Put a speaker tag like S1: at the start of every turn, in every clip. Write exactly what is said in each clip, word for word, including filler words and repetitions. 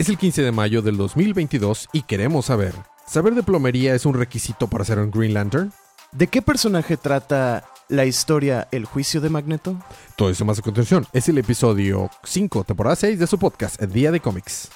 S1: Es el quince de mayo del dos mil veintidós y queremos saber, ¿saber de plomería es un requisito para ser un Green Lantern?
S2: ¿De qué personaje trata la historia El juicio de Magneto?
S1: Todo eso más a continuación. Es el episodio cinco, temporada seis de su podcast, Día de Cómics.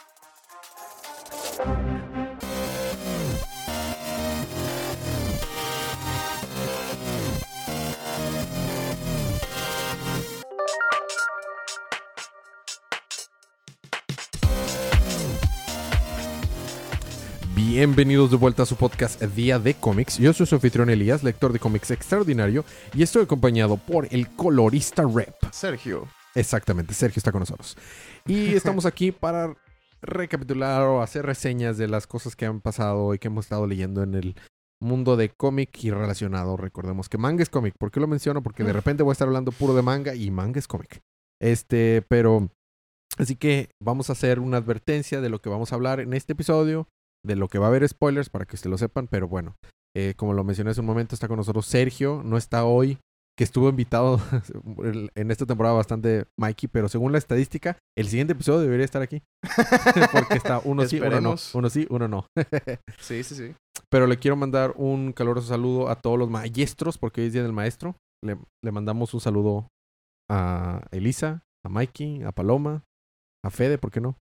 S1: Bienvenidos de vuelta a su podcast Día de Cómics. Yo soy su anfitrión Elías, lector de cómics extraordinario, y estoy acompañado por el colorista rep.
S2: Sergio.
S1: Exactamente, Sergio está con nosotros. Y estamos aquí para recapitular o hacer reseñas de las cosas que han pasado y que hemos estado leyendo en el mundo de cómic y relacionado. Recordemos que manga es cómic. ¿Por qué lo menciono? Porque de repente voy a estar hablando puro de manga y manga es cómic. Este, pero... Así que vamos a hacer una advertencia de lo que vamos a hablar en este episodio. De lo que va a haber spoilers para que ustedes lo sepan, pero bueno, eh, como lo mencioné hace un momento, está con nosotros Sergio, no está hoy, que estuvo invitado en esta temporada bastante Mikey, pero según la estadística, el siguiente episodio debería estar aquí, porque está uno sí, uno no, uno sí, uno no.
S2: Sí, sí, sí.
S1: Pero le quiero mandar un caluroso saludo a todos los maestros, porque hoy es Día del Maestro. Le, le mandamos un saludo a Elisa, a Mikey, a Paloma, a Fede, ¿por qué no?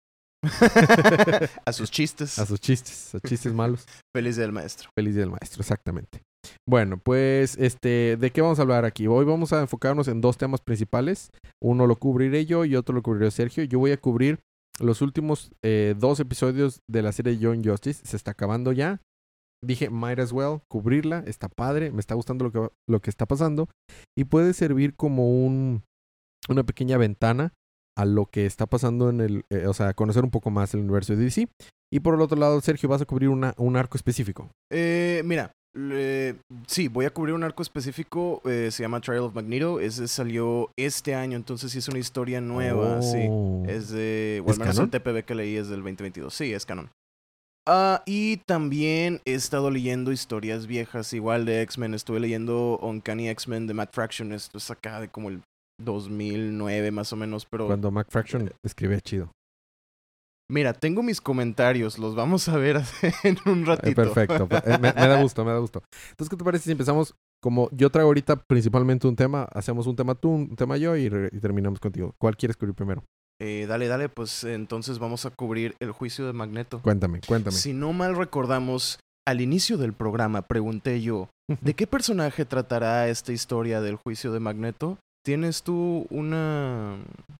S2: A sus chistes.
S1: A sus chistes, a chistes malos.
S2: Feliz Día del Maestro.
S1: Feliz Día del Maestro, exactamente. Bueno, pues, este, ¿de qué vamos a hablar aquí? Hoy vamos a enfocarnos en dos temas principales. Uno lo cubriré yo y otro lo cubriré Sergio. Yo voy a cubrir los últimos eh, dos episodios de la serie Young Justice. Se está acabando ya. Dije, might as well, cubrirla. Está padre, me está gustando lo que, lo que está pasando. Y puede servir como un, una pequeña ventana a lo que está pasando en el... Eh, o sea, conocer un poco más el universo de D C. Y por el otro lado, Sergio, vas a cubrir una, un arco específico.
S2: Eh, mira, eh, sí, voy a cubrir un arco específico. Eh, se llama Trial of Magneto. Ese salió este año, entonces sí es una historia nueva.
S1: Oh.
S2: Sí, es de... Bueno, al menos el T P B que leí es del veinte veintidós. Sí, es canon. Uh, y también he estado leyendo historias viejas, igual de X-Men. Estuve leyendo Uncanny X-Men de Matt Fraction. Esto es acá de como el dos mil nueve más o menos, pero...
S1: Cuando Matt Fraction escribía chido.
S2: Mira, tengo mis comentarios, los vamos a ver en un ratito.
S1: Eh, perfecto, me, me da gusto, me da gusto. Entonces, ¿qué te parece si empezamos? Como yo traigo ahorita principalmente un tema, hacemos un tema tú, un tema yo y, re- y terminamos contigo. ¿Cuál quieres cubrir primero?
S2: Eh, dale, dale, pues entonces vamos a cubrir el juicio de Magneto.
S1: Cuéntame, cuéntame.
S2: Si no mal recordamos, al inicio del programa pregunté yo, ¿de qué personaje tratará esta historia del juicio de Magneto? ¿Tienes tú una...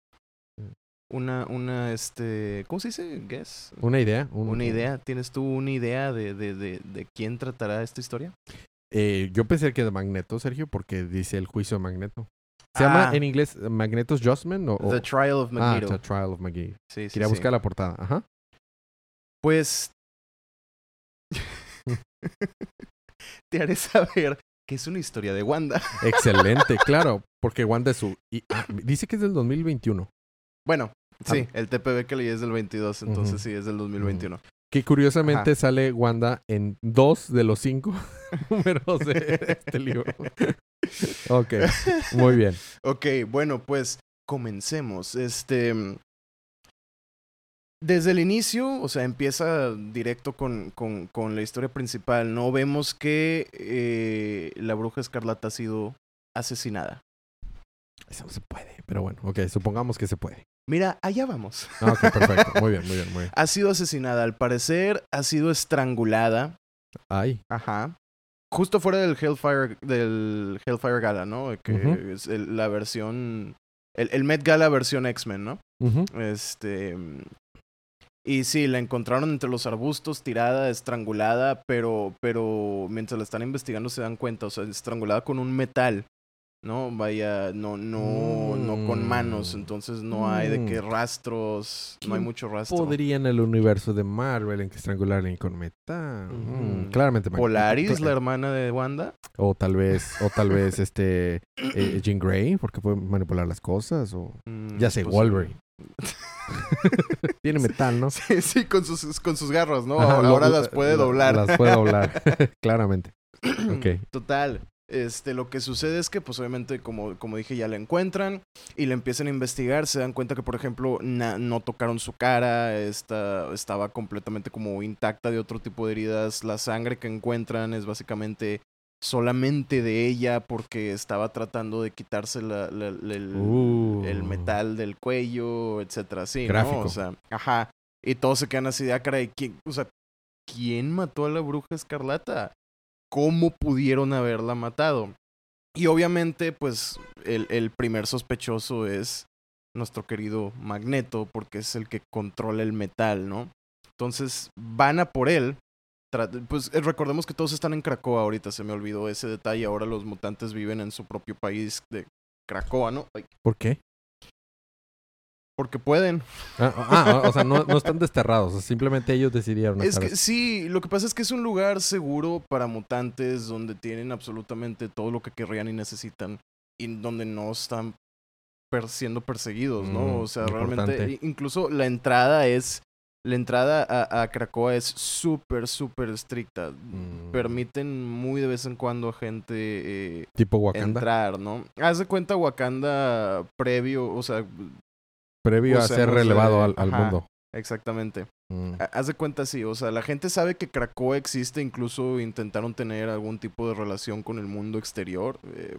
S2: Una, una, este... ¿Cómo se dice? ¿Guess?
S1: ¿Una idea? Un,
S2: ¿Una idea? ¿Tienes tú una idea de, de, de, de quién tratará esta historia?
S1: Eh, yo pensé que de Magneto, Sergio, porque dice el juicio de Magneto. ¿Se
S2: Ah.
S1: llama en inglés Magneto's Judgment? O, o...
S2: The Trial of Magneto.
S1: Ah, The Trial of Magneto.
S2: Sí, sí,
S1: Quería
S2: sí.
S1: buscar la portada. Ajá.
S2: Pues... te haré saber que es una historia de Wanda.
S1: Excelente, claro. Porque Wanda es su... y- ah, dice que es del dos mil veintiuno.
S2: Bueno, sí, el T P B que leí es del veintidós, entonces
S1: Ujú.
S2: sí, es del dos mil veintiuno.
S1: Que curiosamente
S2: Ajá.
S1: sale Wanda en dos de los cinco números de este libro. Ok, muy bien.
S2: Ok, bueno, pues comencemos. Este... Desde el inicio, o sea, empieza directo con, con, con la historia principal, ¿no? Vemos que eh, la Bruja Escarlata ha sido asesinada.
S1: Eso no se puede, pero bueno, ok, supongamos que se puede.
S2: Mira, allá vamos.
S1: Ah, ok, perfecto. Muy bien, muy bien, muy bien.
S2: Ha sido asesinada, al parecer ha sido estrangulada.
S1: Ay,
S2: Ajá. Justo fuera del Hellfire, del Hellfire Gala, ¿no? Que
S1: Ujú.
S2: es el- la versión... El, el Met Gala versión X-Men, ¿no?
S1: ujú.
S2: Este... Y sí, la encontraron entre los arbustos, tirada, estrangulada, pero, pero mientras la están investigando se dan cuenta, o sea, estrangulada con un metal, ¿no? Vaya, no, no, no con manos, entonces no hay de qué rastros, no hay
S1: ¿Quién
S2: mucho rastro.
S1: Podría en el universo de Marvel en que estrangular a con metal.
S2: Ujú.
S1: Mm, claramente Magneto.
S2: Polaris,
S1: Creo que-
S2: la hermana de Wanda.
S1: O tal vez, o tal vez este eh, Jean Grey, porque puede manipular las cosas. O
S2: Mm,
S1: ya sé,
S2: pues,
S1: Wolverine. Tiene metal, ¿no?
S2: Sí, sí, con sus, con sus garras, ¿no?
S1: Ajá,
S2: Ahora
S1: lo-
S2: las puede
S1: la-
S2: doblar.
S1: Las puede doblar, claramente. Ok.
S2: Total. Este, lo que sucede es que, pues obviamente, como, como dije, ya la encuentran y la empiezan a investigar. Se dan cuenta que, por ejemplo, na- no tocaron su cara, esta, estaba completamente como intacta de otro tipo de heridas. La sangre que encuentran es básicamente solamente de ella porque estaba tratando de quitarse la, la- la- el,
S1: Uh.
S2: el metal del cuello, etcétera, así,
S1: Gráfico.
S2: ¿no? O sea, ajá. Y todos se quedan así de, ah, caray, ¿quién, o sea, ¿quién mató a la bruja escarlata? ¿Cómo pudieron haberla matado? Y obviamente, pues, el, el primer sospechoso es nuestro querido Magneto, porque es el que controla el metal, ¿no? Entonces, van a por él. Tra- Pues eh, recordemos que todos están en Krakoa ahorita, se me olvidó ese detalle. Ahora los mutantes viven en su propio país de Krakoa, ¿no? Ay,
S1: ¿Por qué?
S2: porque pueden.
S1: Ah, ah, o sea, no, no están desterrados. O sea, simplemente ellos decidieron
S2: Es
S1: hacer
S2: que
S1: eso.
S2: sí, lo que pasa es que es un lugar seguro para mutantes donde tienen absolutamente todo lo que querrían y necesitan y donde no están per- siendo perseguidos, ¿no?
S1: Mm,
S2: O sea,
S1: importante.
S2: realmente, i- incluso la entrada es, la entrada a, a Krakoa es súper, súper estricta.
S1: Mm.
S2: Permiten muy de vez en cuando a gente eh,
S1: Tipo Wakanda.
S2: entrar, ¿no? Haz de cuenta Wakanda previo, o sea,
S1: Previo a ser
S2: usemos
S1: relevado
S2: de-
S1: al, al
S2: ajá.
S1: mundo.
S2: exactamente.
S1: Mm.
S2: Ha- Haz de cuenta, sí, o sea, la gente sabe que Krakoa existe, incluso intentaron tener algún tipo de relación con el mundo exterior. eh,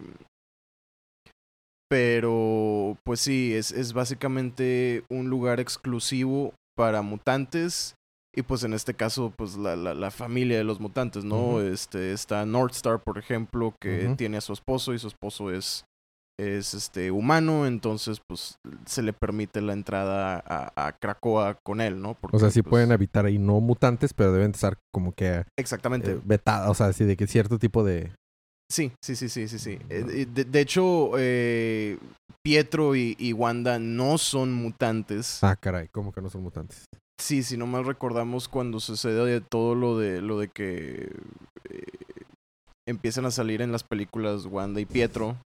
S2: pero, pues sí, es, es básicamente un lugar exclusivo para mutantes. Y pues en este caso, pues la, la, la familia de los mutantes, ¿no?
S1: Ujú.
S2: Este, está Northstar, por ejemplo, que
S1: Ujú.
S2: tiene a su esposo y su esposo es, es este humano, entonces pues se le permite la entrada a, a Krakoa con él, ¿no? Porque,
S1: O sea, sí
S2: pues,
S1: pueden habitar ahí no mutantes, pero deben estar como que
S2: exactamente.
S1: eh, vetados. O sea, sí, de que cierto tipo de...
S2: Sí, sí, sí, sí, sí, sí. Eh, De, de hecho, eh, Pietro y, y Wanda no son mutantes.
S1: Ah, caray, ¿cómo que no son mutantes?
S2: Sí, si no mal recordamos cuando sucede de todo lo de lo de que eh, empiezan a salir en las películas Wanda y Pietro,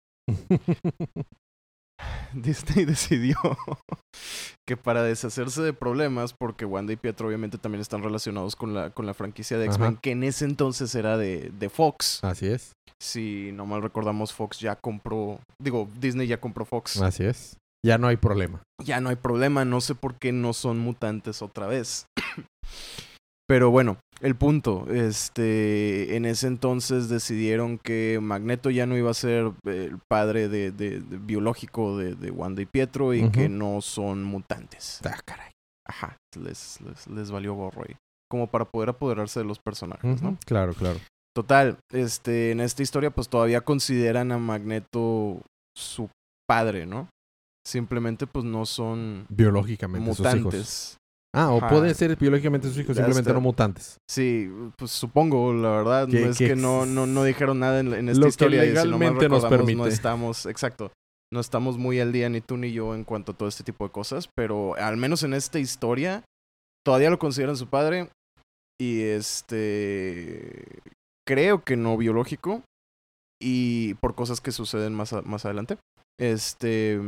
S2: Disney decidió que para deshacerse de problemas, porque Wanda y Pietro obviamente también están relacionados con la, con la franquicia de X-Men,
S1: Ajá.
S2: que en ese entonces era de, de Fox.
S1: Así es,
S2: Si no mal recordamos, Fox ya compró, digo, Disney ya compró Fox.
S1: así es. Ya no hay problema.
S2: Ya no hay problema, no sé por qué no son mutantes otra vez. Pero bueno, el punto, este, en ese entonces decidieron que Magneto ya no iba a ser el padre de, de- de- biológico de, de Wanda y Pietro y
S1: Ujú.
S2: que no son mutantes.
S1: Ah, caray.
S2: Ajá, les, les, les valió gorro ahí. Como para poder apoderarse de los personajes, ¿no?
S1: Ujú. Claro, claro.
S2: Total, este, en esta historia pues todavía consideran a Magneto su padre, ¿no? Simplemente pues no son
S1: Biológicamente sus hijos.
S2: mutantes.
S1: Ah, o
S2: Ajá.
S1: pueden ser biológicamente sus hijos,
S2: Ya
S1: simplemente
S2: está.
S1: no mutantes.
S2: Sí, pues supongo, la verdad.
S1: Que-
S2: no es
S1: que
S2: que no, no, no dijeron nada en, en esta
S1: Lo que
S2: historia. y si no mal
S1: legalmente nos
S2: recordamos,
S1: permite.
S2: No estamos, exacto. No estamos muy al día, ni tú ni yo, en cuanto a todo este tipo de cosas. Pero al menos en esta historia, todavía lo consideran su padre. Y este. Creo que no biológico. Y por cosas que suceden más, a- más adelante. Este.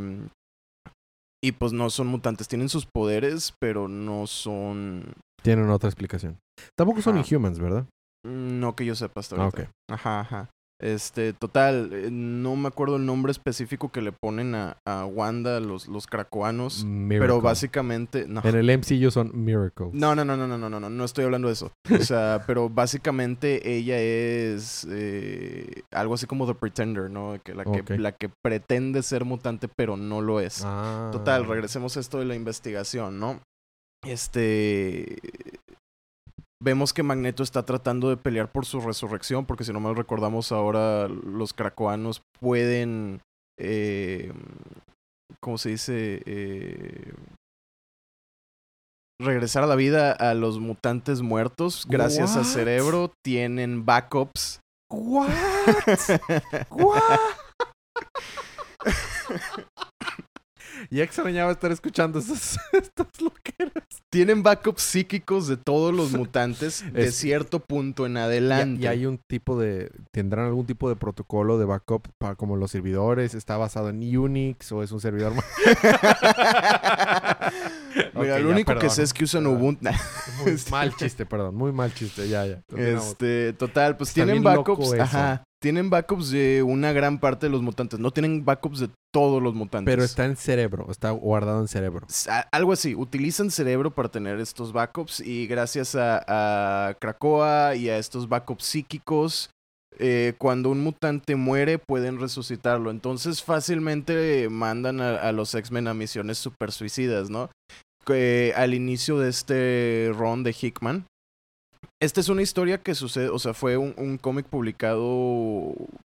S2: Y pues no son mutantes. Tienen sus poderes, pero no son.
S1: Tienen otra explicación. Tampoco son
S2: Ajá.
S1: Inhumans, ¿verdad?
S2: No que yo sepa hasta
S1: Ah,
S2: ahorita.
S1: ok.
S2: Ajá, ajá. Este, total, eh, no me acuerdo el nombre específico que le ponen a, a Wanda, los, los cracoanos.
S1: Miracle.
S2: Pero básicamente. No.
S1: En el M C U son Miracles.
S2: No, no, no, no, no, no, no, no, no estoy hablando de eso. O sea, pero básicamente ella es eh, algo así como The Pretender, ¿no? Que la, que
S1: Ok.
S2: la que pretende ser mutante, pero no lo es.
S1: Ah.
S2: Total, regresemos a esto de la investigación, ¿no? Este. Vemos que Magneto está tratando de pelear por su resurrección, porque si no mal recordamos, ahora los krakoanos pueden. Eh, ¿Cómo se dice? Eh, regresar a la vida a los mutantes muertos. Gracias a
S1: What?
S2: Cerebro, tienen backups.
S1: ¿What? ¿What? Ya extrañaba estar escuchando esas, estas loqueras.
S2: Tienen backups psíquicos de todos los mutantes de
S1: Es-
S2: cierto punto en
S1: Y,
S2: adelante.
S1: y hay un tipo de... ¿Tendrán algún tipo de protocolo de backup para como los servidores? ¿Está basado en Unix o es un servidor más?
S2: Mira,
S1: Ok,
S2: lo
S1: ya,
S2: único que
S1: perdón.
S2: sé es que usan
S1: Perdón.
S2: Ubuntu.
S1: Muy mal chiste, perdón. Muy mal chiste. Ya, ya. Continuamos.
S2: Este, total, pues
S1: Está
S2: tienen
S1: bien loco
S2: backups.
S1: eso.
S2: Ajá. Tienen backups de una gran parte de los mutantes. No tienen backups de todos los mutantes.
S1: Pero está en cerebro. Está guardado en cerebro.
S2: S- a- Algo así. Utilizan cerebro para tener estos backups. Y gracias a, a Krakoa y a estos backups psíquicos, eh, cuando un mutante muere, pueden resucitarlo. Entonces fácilmente mandan a, a los X-Men a misiones super suicidas, ¿no? Que al inicio de este run de Hickman. Esta es una historia que sucede, o sea, fue un, un cómic publicado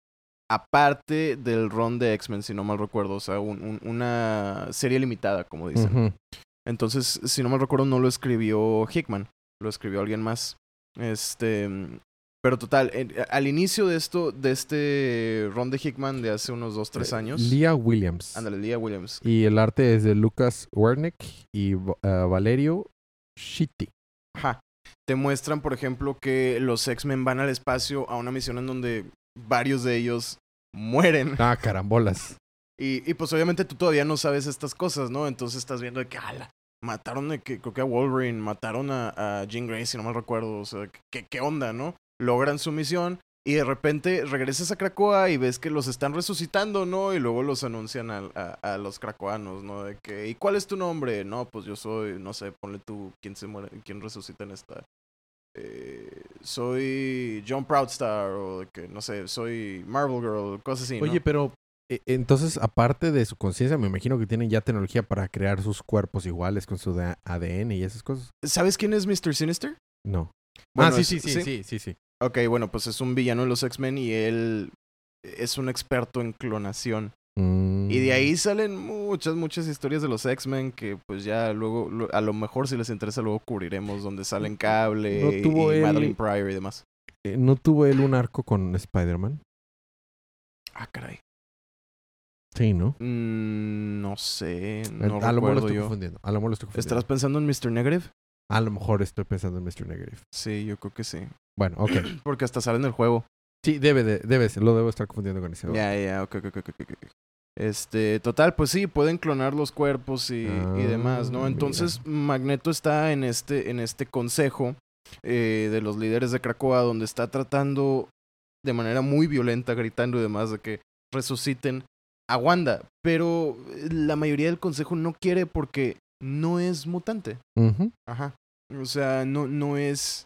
S2: aparte del run de X-Men, si no mal recuerdo. O sea, un, un, una serie limitada, como dicen.
S1: Ujú.
S2: Entonces, si no mal recuerdo, no lo escribió Hickman, lo escribió alguien más. Este, pero total, en- al inicio de esto, de este run de Hickman de hace unos dos, tres años.
S1: Leah Williams.
S2: Ándale, Leah Williams.
S1: Y el arte es de Lucas Wernick y uh, Valerio Schitti.
S2: Ajá. Te muestran, por ejemplo, que los X-Men van al espacio a una misión en donde varios de ellos mueren.
S1: Ah, carambolas.
S2: Y, y pues obviamente tú todavía no sabes estas cosas, ¿no? Entonces estás viendo de que, ala, mataron de que, creo que a Wolverine, mataron a, a Jean Grey, si no mal recuerdo. O sea, ¿qué, qué onda, no? Logran su misión y de repente regresas a Krakoa y ves que los están resucitando, ¿no? Y luego los anuncian a, a, a los krakoanos, ¿no? De que, ¿y cuál es tu nombre? No, pues yo soy, no sé, ponle tú, ¿quién se muere, quién resucita en esta? Eh, soy John Proudstar o de que, no sé, soy Marvel Girl, cosas así, ¿no?
S1: Oye, pero eh, entonces, aparte de su conciencia, me imagino que tienen ya tecnología para crear sus cuerpos iguales con su D- A D N y esas cosas.
S2: ¿Sabes quién es mister Sinister?
S1: No.
S2: Bueno,
S1: ah, sí,
S2: es-
S1: sí, sí, sí, sí, sí.
S2: Ok, bueno, pues es un villano de los X-Men y él es un experto en clonación.
S1: Mm.
S2: Y de ahí salen muchas, muchas historias de los X-Men que pues ya luego, lo- a lo mejor si les interesa luego cubriremos donde salen Cable
S1: ¿No
S2: y,
S1: tuvo
S2: y
S1: él-
S2: Madeline Pryor y demás.
S1: Eh, ¿No tuvo él un arco con Spider-Man?
S2: Ah, caray.
S1: Sí, ¿no?
S2: Mm, no sé, no
S1: a lo mejor lo
S2: recuerdo
S1: estoy
S2: yo.
S1: confundiendo. A lo mejor lo estoy confundiendo.
S2: ¿Estarás pensando en mister Negative?
S1: A lo mejor estoy pensando en mister Negative.
S2: Sí, yo creo que sí.
S1: Bueno, ok.
S2: Porque hasta sale en el juego.
S1: Sí, debe de, debe ser. Lo debo estar confundiendo con ese.
S2: Ya, ya, ok, ok, ok, ok, ok. Este, total, pues sí, pueden clonar los cuerpos y,
S1: Ah,
S2: y demás, ¿no? Entonces, Magneto está en este, en este consejo eh, de los líderes de Krakoa, donde está tratando de manera muy violenta, gritando y demás, de que resuciten a Wanda. Pero la mayoría del consejo no quiere porque no es mutante.
S1: Ujú.
S2: Ajá. O sea, no, no es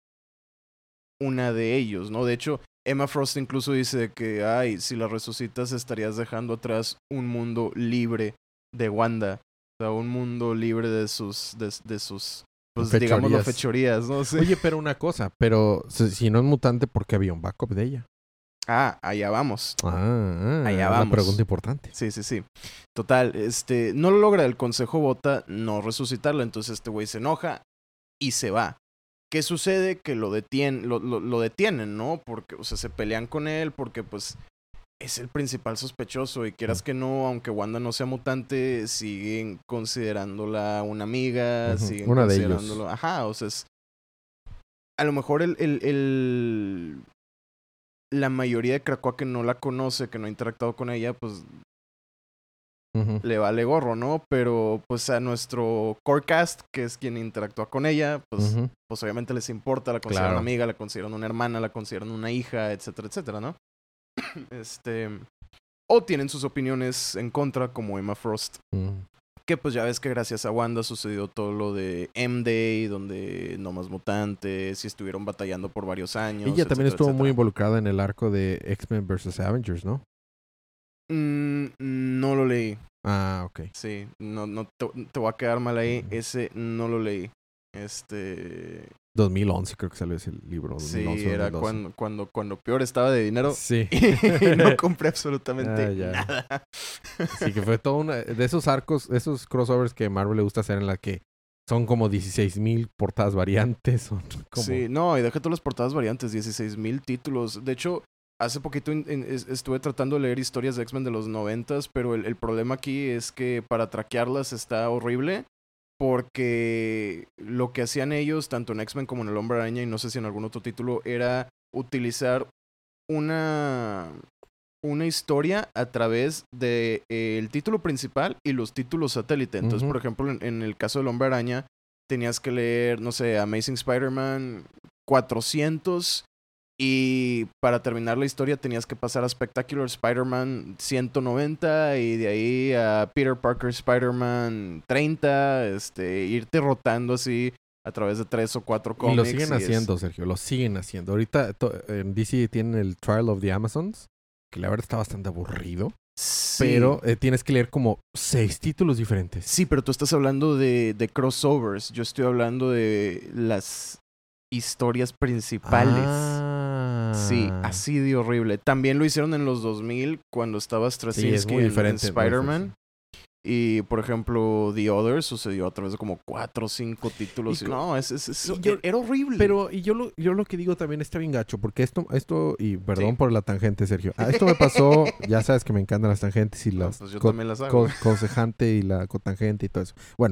S2: una de ellos, ¿no? De hecho, Emma Frost incluso dice que, ay, si la resucitas estarías dejando atrás un mundo libre de Wanda. O sea, un mundo libre de sus, de, de sus, pues
S1: Fechorías.
S2: digámoslo, fechorías, ¿no? Sí.
S1: Oye, pero una cosa. Pero si, si no es mutante, ¿por qué había un backup de ella?
S2: Ah, allá vamos.
S1: Ah, ah
S2: Allá
S1: la
S2: vamos.
S1: pregunta importante.
S2: Sí, sí, sí. Total, este, no lo logra, el consejo vota no resucitarla, entonces este güey se enoja y se va. ¿Qué sucede? Que lo detienen, lo, lo, lo detienen, ¿no? Porque, o sea, se pelean con él porque, pues, es el principal sospechoso y quieras que no, aunque Wanda no sea mutante, siguen considerándola una amiga,
S1: Ujú,
S2: siguen
S1: una de ellos.
S2: considerándolo... Ajá, o sea, es... A lo mejor el, el, el... la mayoría de Krakoa que no la conoce, que no ha interactuado con ella, pues
S1: Ujú.
S2: le vale gorro, ¿no? Pero pues a nuestro core cast, que es quien interactúa con ella, pues,
S1: Ujú.
S2: pues obviamente les importa, la consideran
S1: Claro.
S2: amiga, la consideran una hermana, la consideran una hija, etcétera, etcétera, ¿no? Este... O tienen sus opiniones en contra, como Emma Frost.
S1: Mm.
S2: Que pues ya ves que gracias a Wanda sucedió todo lo de M-Day, donde no más mutantes, y estuvieron batallando por varios años.
S1: Ella también
S2: etcétera,
S1: estuvo muy
S2: etcétera.
S1: involucrada en el arco de X-Men versus Avengers, ¿no?
S2: Mm, no lo leí.
S1: Ah, ok.
S2: Sí, no, no te, te voy a quedar mal ahí. Ese no lo leí. Este.
S1: dos mil once creo que salió ese libro.
S2: Sí,
S1: dos mil once,
S2: era
S1: dos mil doce.
S2: cuando, cuando, cuando peor estaba de dinero.
S1: Sí.
S2: Y no compré absolutamente
S1: Ah, ya.
S2: nada.
S1: Sí, que fue todo una... De esos arcos, esos crossovers que Marvel le gusta hacer en la que son como dieciséis mil portadas variantes. Son como...
S2: Sí, no, y deja todas las portadas variantes, dieciséis mil títulos. De hecho, hace poquito in- in- es- estuve tratando de leer historias de X-Men de los noventas, pero el, el problema aquí es que para traquearlas está horrible. Porque lo que hacían ellos, tanto en X-Men como en El Hombre Araña, y no sé si en algún otro título, era utilizar una una historia a través de eh, el título principal y los títulos satélite. Entonces,
S1: Ujú.
S2: por ejemplo, en, en el caso del Hombre Araña, tenías que leer, no sé, Amazing Spider-Man cuatrocientos y para terminar la historia tenías que pasar a Spectacular Spider-Man ciento noventa y de ahí a Peter Parker Spider-Man treinta, este, irte rotando así a través de tres o cuatro
S1: Y
S2: cómics.
S1: lo siguen
S2: y es-
S1: haciendo, Sergio, lo siguen haciendo. Ahorita to- en D C tienen el Trial of the Amazons, que la verdad está bastante aburrido,
S2: Sí.
S1: pero eh, tienes que leer como seis títulos diferentes.
S2: Sí, pero tú estás hablando de, de crossovers. Yo estoy hablando de las historias principales.
S1: Ah.
S2: Sí, así de horrible. También lo hicieron en los dos mil cuando estaba Straczynski
S1: Sí, es muy
S2: en- en,
S1: diferente, muy
S2: Spider-Man.
S1: diferente.
S2: Y, por ejemplo, The Others sucedió a través de como cuatro o cinco títulos.
S1: Y
S2: Y
S1: co-
S2: no, es, es, es-
S1: y yo-
S2: era horrible.
S1: Pero y yo lo, yo lo que digo también está bien gacho, porque esto, esto, y perdón
S2: Sí.
S1: por la tangente, Sergio. Ah, esto me pasó, ya sabes que me encantan las tangentes y
S2: No,
S1: las
S2: pues yo
S1: co-
S2: también las hago.
S1: co- cosejante y la cotangente y todo eso. Bueno,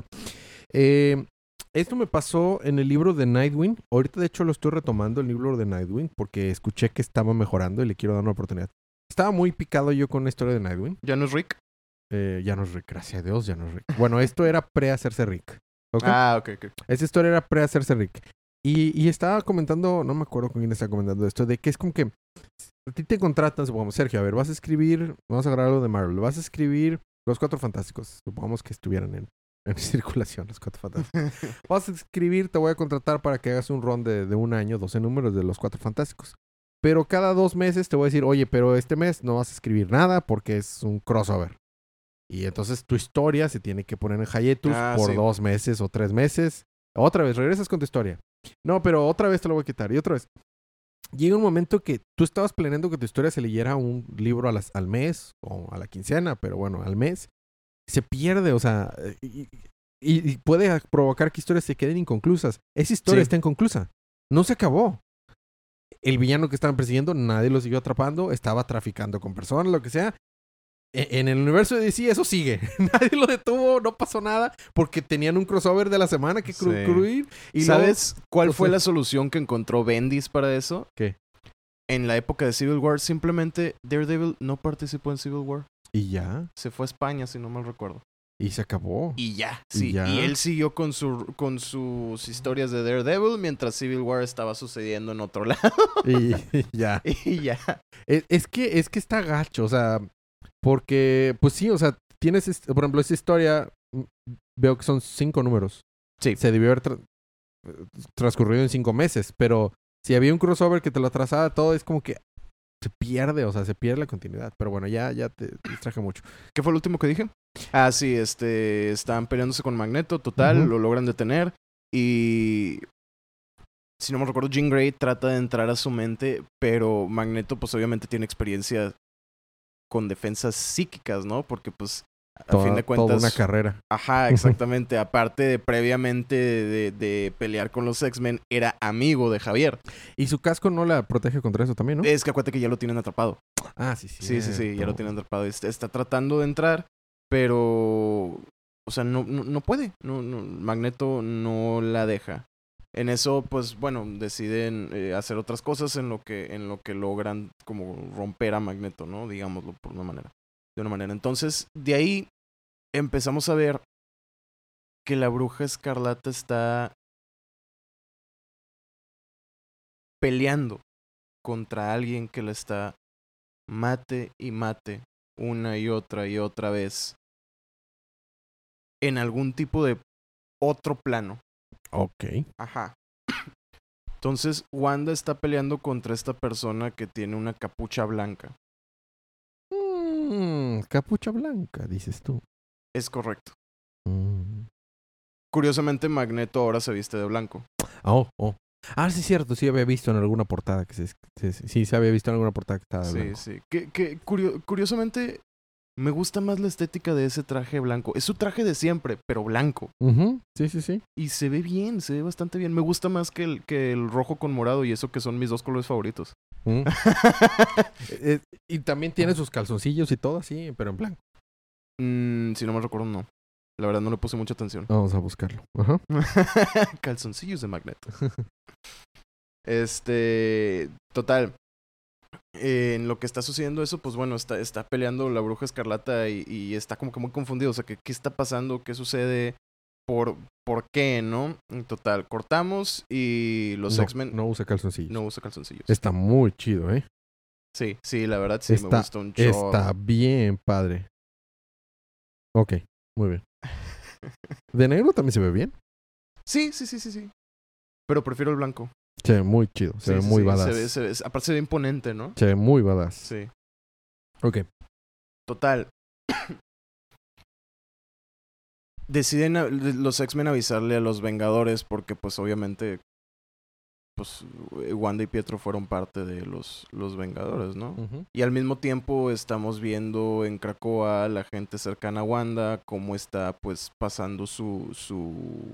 S1: eh, esto me pasó en el libro de Nightwing. Ahorita, de hecho, lo estoy retomando, el libro de Nightwing, porque escuché que estaba mejorando y le quiero dar una oportunidad. Estaba muy picado yo con la historia de Nightwing.
S2: ¿Ya no es Rick?
S1: Eh, ya no es Rick, gracias a Dios, ya no es Rick. Bueno, esto era pre-hacerse Rick. ¿Ok?
S2: Ah, ok, ok.
S1: Esa historia era pre-hacerse Rick. Y, y estaba comentando, no me acuerdo con quién estaba comentando esto, de que es como que a ti te contratan, supongamos, Sergio, a ver, vas a escribir, vamos a agarrar algo de Marvel, vas a escribir Los Cuatro Fantásticos, supongamos que estuvieran en, en circulación Los Cuatro Fantásticos. Vas a escribir, te voy a contratar para que hagas un run de, de un año, doce números de Los Cuatro Fantásticos. Pero cada dos meses te voy a decir, oye, pero este mes no vas a escribir nada porque es un crossover. Y entonces tu historia se tiene que poner en hiatus
S2: Ah,
S1: por
S2: sí.
S1: dos meses o tres meses. Otra vez, regresas con tu historia. No, pero otra vez te lo voy a quitar. Y otra vez. Llega un momento que tú estabas planeando que tu historia se leyera un libro a las, al mes o a la quincena, pero bueno, al mes. Se pierde, o sea, y, y- y puede provocar que historias se queden inconclusas. Esa historia
S2: Sí.
S1: está inconclusa. No se acabó. El villano que estaban persiguiendo, nadie lo siguió atrapando, estaba traficando con personas, lo que sea. E- En el universo de D C eso sigue. Nadie lo detuvo, no pasó nada, porque tenían un crossover de la semana que cru-
S2: Sí.
S1: cubrir. Y
S2: ¿Sabes cuál fue
S1: entonces-
S2: la solución que encontró Bendis para eso?
S1: ¿Qué?
S2: En la época de Civil War, simplemente Daredevil no participó en Civil War.
S1: Y ya,
S2: Se fue a España, si no mal recuerdo.
S1: y se acabó.
S2: Y ya,
S1: Y
S2: sí. Y,
S1: ya.
S2: él siguió con, su, con sus historias de Daredevil mientras Civil War estaba sucediendo en otro lado.
S1: Y, y ya.
S2: Y ya.
S1: Es, es que, es que está gacho, o sea, porque, pues sí, o sea, tienes, este- por ejemplo, esa historia, mm, veo que son cinco números.
S2: Sí.
S1: Se debió haber tra- transcurrido en cinco meses, pero si había un crossover que te lo atrasaba todo, es como que se pierde, o sea, se pierde la continuidad. Pero bueno, ya, ya te distraje mucho.
S2: ¿Qué fue lo último que dije? Ah, sí, este, están peleándose con Magneto, total,
S1: Ujú.
S2: lo logran detener y si no me recuerdo, Jean Grey trata de entrar a su mente, pero Magneto pues obviamente tiene experiencia con defensas psíquicas, ¿no? Porque pues a
S1: Toda,
S2: fin de
S1: toda
S2: cuentas...
S1: una carrera.
S2: Ajá, exactamente. Aparte de previamente de, de pelear con los X-Men, era amigo de Javier.
S1: Y su casco no la protege contra eso también, ¿no?
S2: Es que acuérdate que ya lo tienen atrapado.
S1: Ah, sí, sí.
S2: Sí, sí, sí, ya lo tienen atrapado. Está, está tratando de entrar, pero... O sea, no, no, no puede. No, no, Magneto no la deja. En eso, pues, bueno, deciden eh, hacer otras cosas en lo que en lo que logran como romper a Magneto, ¿no? Digámoslo por una manera. De una manera. Entonces, de ahí empezamos a ver que la Bruja Escarlata está peleando contra alguien que la está mate y mate una y otra y otra vez en algún tipo de otro plano.
S1: Ok.
S2: Ajá. Entonces, Wanda está peleando contra esta persona que tiene una capucha blanca.
S1: Mm, capucha blanca, dices tú.
S2: Es correcto.
S1: Mm.
S2: Curiosamente, Magneto ahora se viste de blanco.
S1: Oh, oh. Ah, sí, es cierto. Sí había visto en alguna portada que se... se- sí, se había visto en alguna portada que estaba de
S2: Sí,
S1: blanco.
S2: sí. Que, que curio- curiosamente, me gusta más la estética de ese traje blanco. Es su traje de siempre, pero blanco.
S1: Ujú, sí, sí, sí.
S2: Y se ve bien, se ve bastante bien. Me gusta más que el, que el rojo con morado y eso que son mis dos colores favoritos.
S1: Mm. Eh, y también tiene sus calzoncillos y todo así, pero en blanco.
S2: Mm, si no me recuerdo, no. La verdad no le puse mucha atención.
S1: Vamos a buscarlo. Ajá.
S2: Calzoncillos de Magneto. Este, total. eh, en lo que está sucediendo eso, pues bueno, está, está peleando la Bruja Escarlata y, y está como que muy confundido. O sea, que, ¿qué está pasando? ¿Qué sucede? ¿Por, ¿Por qué, no? En total, cortamos y los
S1: no,
S2: X-Men...
S1: No usa calzoncillos.
S2: No usa calzoncillos.
S1: Está muy chido, ¿eh?
S2: Sí, sí, la verdad sí,
S1: está,
S2: me gustó un chorro.
S1: Está bien padre. Ok, muy bien. ¿De negro también se ve bien?
S2: Sí, sí, sí, sí, sí. Pero prefiero el blanco.
S1: Se ve muy chido, se
S2: sí,
S1: ve
S2: sí,
S1: muy
S2: sí.
S1: badass.
S2: Se ve, se ve, aparte se ve imponente, ¿no?
S1: Se ve muy badass.
S2: Sí.
S1: Ok.
S2: Total. Deciden a, los X-Men avisarle a los Vengadores porque pues obviamente pues Wanda y Pietro fueron parte de los, los Vengadores, ¿no?
S1: Uh-huh.
S2: Y al mismo tiempo estamos viendo en Krakoa la gente cercana a Wanda cómo está pues pasando su su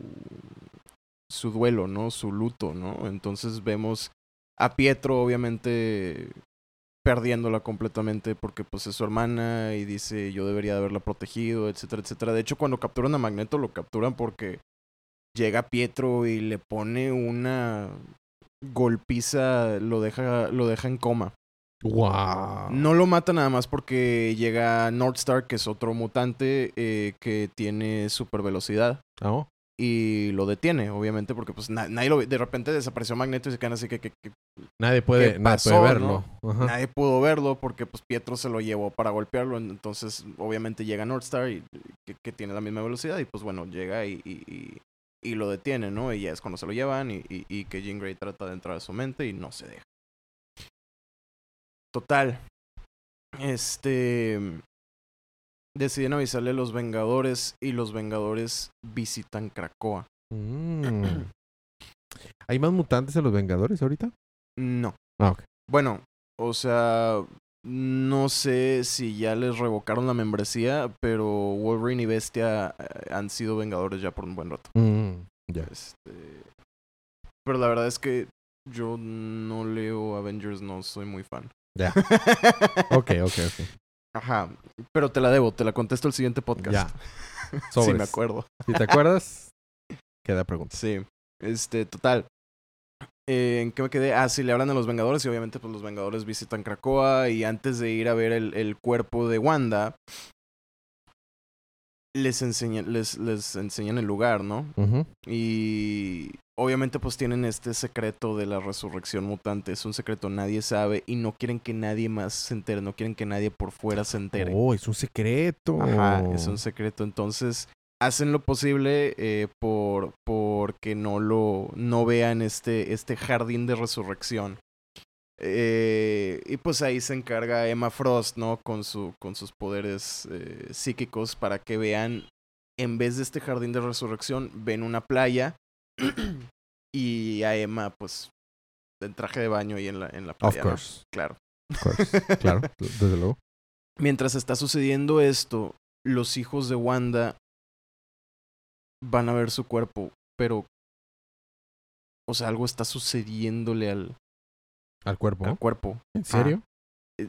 S2: su duelo, ¿no? Su luto, ¿no? Entonces vemos a Pietro obviamente perdiéndola completamente porque pues es su hermana y dice yo debería de haberla protegido, etcétera, etcétera. De hecho, cuando capturan a Magneto lo capturan porque llega Pietro y le pone una golpiza, lo deja, lo deja en coma.
S1: Wow.
S2: No lo mata nada más porque llega Northstar, que es otro mutante eh, que tiene super velocidad.
S1: Oh.
S2: Y lo detiene, obviamente, porque pues na- nadie lo ve. De repente desapareció Magneto y se quedan así que... que, que
S1: nadie, puede,
S2: ¿qué
S1: nadie
S2: pasó,
S1: puede verlo.
S2: ¿no?
S1: Ajá.
S2: Nadie pudo verlo porque pues Pietro se lo llevó para golpearlo. Entonces, obviamente, llega Northstar y, que, que tiene la misma velocidad. Y pues bueno, llega y, y, y, y lo detiene, ¿no? Y ya es cuando se lo llevan y, y, y que Jean Grey trata de entrar a su mente y no se deja. Total. Este... Deciden avisarle a los Vengadores y los Vengadores visitan Krakoa.
S1: Mm. ¿Hay más mutantes en los Vengadores ahorita?
S2: No.
S1: Ah, ok.
S2: Bueno, o sea, no sé si ya les revocaron la membresía, pero Wolverine y Bestia han sido Vengadores ya por un buen rato.
S1: Mm, ya.
S2: Este... Pero la verdad es que yo no leo Avengers, no soy muy fan.
S1: Ya. Ok, ok, ok.
S2: Ajá, pero te la debo, te la contesto el siguiente podcast.
S1: Ya.
S2: Sí, me acuerdo.
S1: Si te acuerdas, queda pregunta.
S2: Sí, este, total. Eh, ¿En qué me quedé? Ah, sí, le hablan a los Vengadores y obviamente pues los Vengadores visitan Krakoa y antes de ir a ver el, el cuerpo de Wanda, les enseñan, les, les enseñan el lugar, ¿no?
S1: Uh-huh.
S2: Y obviamente pues tienen este secreto de la resurrección mutante. Es un secreto, nadie sabe y no quieren que nadie más se entere, no quieren que nadie por fuera se entere.
S1: Oh, es un secreto.
S2: Ajá, es un secreto. Entonces hacen lo posible eh, por, por que no lo no vean este, este jardín de resurrección. Eh, y pues ahí se encarga Emma Frost, ¿no? Con, su, con sus poderes eh, psíquicos para que vean, en vez de este jardín de resurrección, ven una playa y a Emma, pues, en traje de baño ahí en la, en la playa.
S1: Of course.
S2: ¿No? Claro.
S1: Of course. Claro, desde luego.
S2: Mientras está sucediendo esto, los hijos de Wanda van a ver su cuerpo, pero, o sea, algo está sucediéndole al...
S1: ¿Al cuerpo?
S2: Al cuerpo.
S1: ¿En serio?
S2: Ah,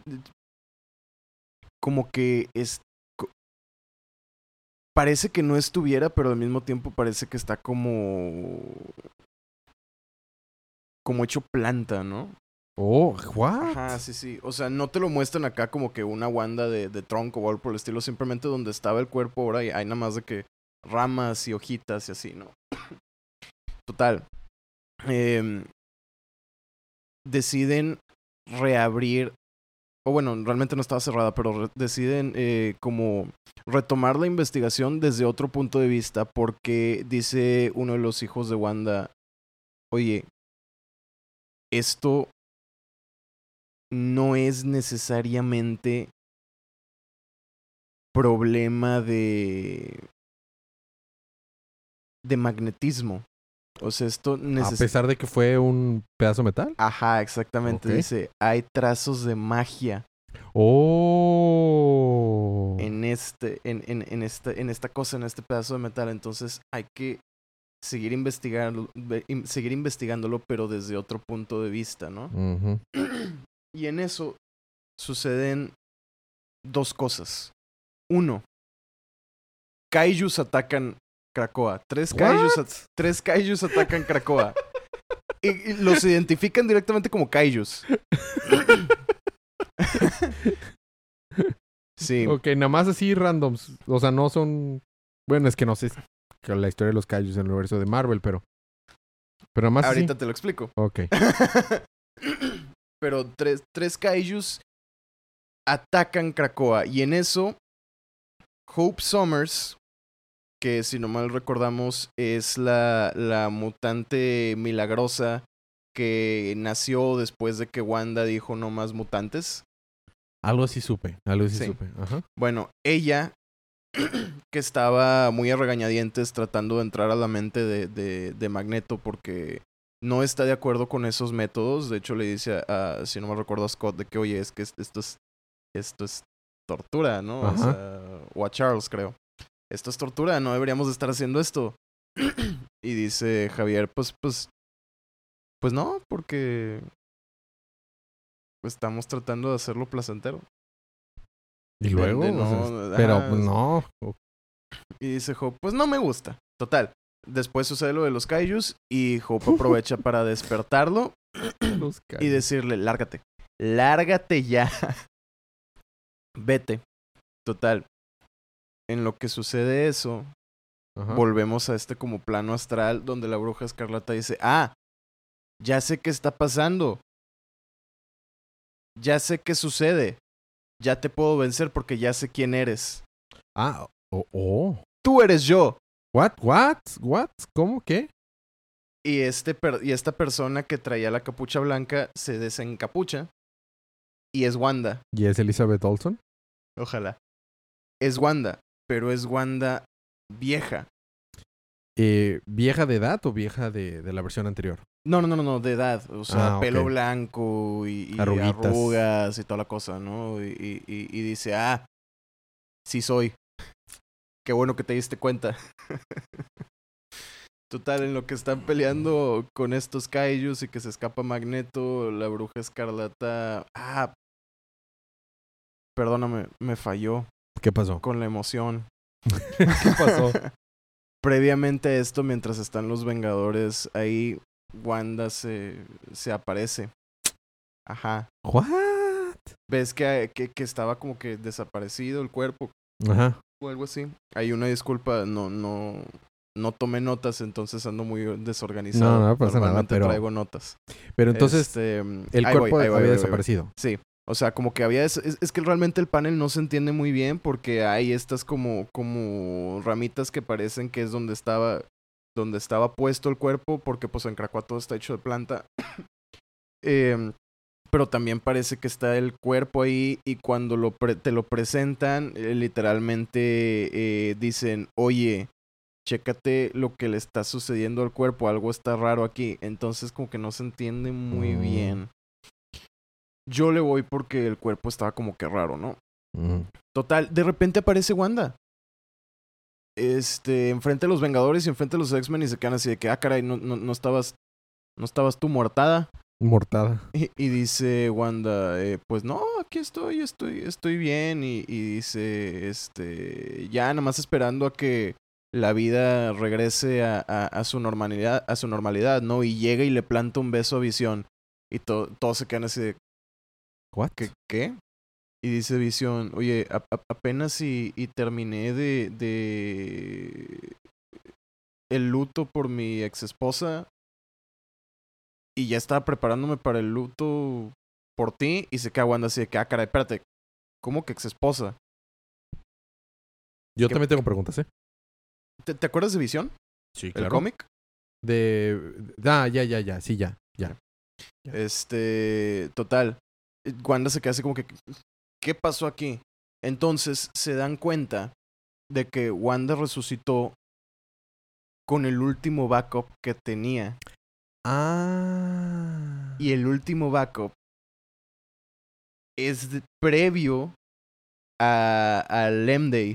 S2: como que es... Parece que no estuviera, pero al mismo tiempo parece que está como... Como hecho planta, ¿no?
S1: Oh, what?
S2: Ajá, sí, sí. O sea, no te lo muestran acá como que una Wanda de, de tronco o algo por el estilo. Simplemente donde estaba el cuerpo ahora hay, hay nada más de que ramas y hojitas y así, ¿no? Total. Eh, deciden reabrir, o bueno, realmente no estaba cerrada, pero re- deciden eh, como retomar la investigación desde otro punto de vista porque dice uno de los hijos de Wanda, oye, esto no es necesariamente problema de de magnetismo. O sea, esto
S1: neces- A pesar de que fue un pedazo de metal.
S2: Ajá, exactamente. Okay. Dice, hay trazos de magia.
S1: Oh.
S2: En este, en, en, en esta, en esta cosa, en este pedazo de metal. Entonces hay que seguir investigando, seguir investigándolo, pero desde otro punto de vista, ¿no?
S1: Uh-huh.
S2: Y en eso suceden dos cosas. Uno, kaijus atacan Krakoa. Tres kaijus, at- tres kaijus atacan Krakoa. y, y los identifican directamente como kaijus. Sí.
S1: Ok, nada más así randoms. O sea, no son... Bueno, es que no sé que la historia de los kaijus en el universo de Marvel, pero... Pero nada más
S2: Ahorita
S1: así.
S2: te lo explico.
S1: Ok.
S2: Pero tres, tres kaijus atacan Krakoa. Y en eso, Hope Summers, que si no mal recordamos es la, la mutante milagrosa que nació después de que Wanda dijo no más mutantes.
S1: Algo así supe. Algo así
S2: Sí.
S1: supe. Ajá.
S2: Bueno, ella, que estaba muy a regañadientes tratando de entrar a la mente de, de, de Magneto porque no está de acuerdo con esos métodos. De hecho, le dice a, a, si no me recuerdo, a Scott de que, oye, es que esto es, esto es tortura, ¿no?
S1: Ajá.
S2: O sea, o a Charles, creo. Esto es tortura, no deberíamos de estar haciendo esto. Y dice Javier, pues, pues, pues no, porque estamos tratando de hacerlo placentero.
S1: Y luego,
S2: De, de
S1: o sea,
S2: no,
S1: pero
S2: ajá.
S1: pues no.
S2: Y dice Hope, pues no me gusta. Total. Después sucede lo de los kaijus y Hope aprovecha para despertarlo
S1: Los
S2: y
S1: kaijus.
S2: decirle, lárgate. Lárgate ya. Vete. Total. En lo que sucede eso,
S1: Ajá.
S2: volvemos a este como plano astral donde la bruja escarlata dice, ah, ya sé qué está pasando. Ya sé qué sucede. Ya te puedo vencer porque ya sé quién eres.
S1: Ah, oh, oh.
S2: Tú eres yo.
S1: What? What? What? ¿Cómo? ¿Qué?
S2: Y, este per y esta persona que traía la capucha blanca se desencapucha. Y es Wanda.
S1: ¿Y es Elizabeth Olsen?
S2: Ojalá. Es Wanda. Pero es Wanda vieja.
S1: Eh, ¿Vieja de edad o vieja de, de la versión anterior?
S2: No, no, no, no, de edad. O sea,
S1: Ah,
S2: pelo
S1: ok.
S2: blanco y, y
S1: Arruguitas.
S2: arrugas y toda la cosa, ¿no? Y, y, y, y dice, ah, sí soy. Qué bueno que te diste cuenta. Total, en lo que están peleando con estos kaijus y que se escapa Magneto, la bruja escarlata... Ah, perdóname, me falló
S1: ¿Qué pasó?
S2: con la emoción.
S1: ¿Qué pasó?
S2: Previamente a esto, mientras están los Vengadores ahí, Wanda se, se aparece. Ajá.
S1: What?
S2: Ves que, que, que estaba como que desaparecido el cuerpo
S1: Ajá.
S2: o algo así. Hay una disculpa, no, no, no tomé notas, entonces ando muy desorganizado.
S1: No, no pasa nada,
S2: Normalmente
S1: pero-
S2: traigo notas.
S1: Pero entonces
S2: Este,
S1: el
S2: ahí
S1: cuerpo
S2: voy, ahí voy,
S1: había
S2: ahí voy, ahí voy.
S1: desaparecido.
S2: Sí. O sea, como que había... Es, es que realmente el panel no se entiende muy bien porque hay estas como, como ramitas que parecen que es donde estaba donde estaba puesto el cuerpo porque pues en Krakoa todo está hecho de planta. eh, pero también parece que está el cuerpo ahí y cuando lo pre- te lo presentan, eh, literalmente eh, dicen, oye, chécate lo que le está sucediendo al cuerpo, algo está raro aquí. Entonces como que no se entiende muy
S1: Mm.
S2: bien. Yo le voy porque el cuerpo estaba como que raro, ¿no?
S1: Mm.
S2: Total, de repente aparece Wanda. Este, enfrente de los Vengadores y enfrente de los X-Men y se quedan así de que, ah, caray, no, no, no estabas, no estabas tú muertada.
S1: Mortada.
S2: Y, y dice Wanda, eh, pues no, aquí estoy, estoy, estoy bien. Y, y dice, este, ya nada más esperando a que la vida regrese a, a, a su normalidad, a su normalidad, ¿no? Y llega y le planta un beso a Visión. Y to, todos se quedan así de,
S1: What?
S2: ¿qué? ¿Qué? Y dice Visión, oye, a, a, apenas y, y terminé de, de el luto por mi ex esposa y ya estaba preparándome para el luto por ti y se queda Wanda así de que, ah, caray, espérate, ¿cómo que ex esposa?
S1: Yo
S2: ¿Qué-
S1: también tengo preguntas, ¿eh?
S2: ¿Te, te acuerdas de Visión?
S1: Sí,
S2: ¿El cómic?
S1: De... Ah, ya, ya, ya. Sí, ya. Ya. Ya.
S2: Este, total. Wanda se queda así como que, ¿qué pasó aquí? Entonces se dan cuenta de que Wanda resucitó con el último backup que tenía.
S1: Ah.
S2: Y el último backup es de- previo a, al M-Day.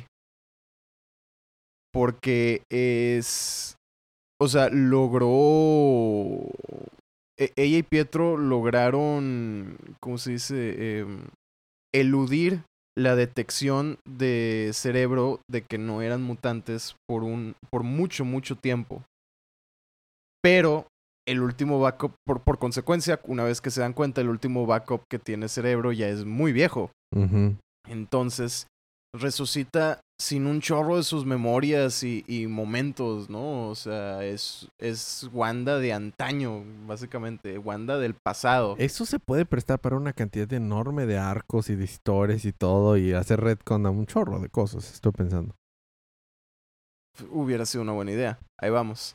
S2: Porque es... O sea, logró... e- ella y Pietro lograron, ¿cómo se dice? Em, eludir la detección de cerebro de que no eran mutantes por un por mucho, mucho tiempo. Pero el último backup, por, por consecuencia, una vez que se dan cuenta, el último backup que tiene Cerebro ya es muy viejo.
S1: Uh-huh.
S2: Entonces, resucita sin un chorro de sus memorias y, y momentos, ¿no? O sea, es, es Wanda de antaño, básicamente, Wanda del pasado.
S1: Eso se puede prestar para una cantidad enorme de arcos y de historias y todo, y hacer retcon a un chorro de cosas, estoy pensando.
S2: Hubiera sido una buena idea. Ahí vamos.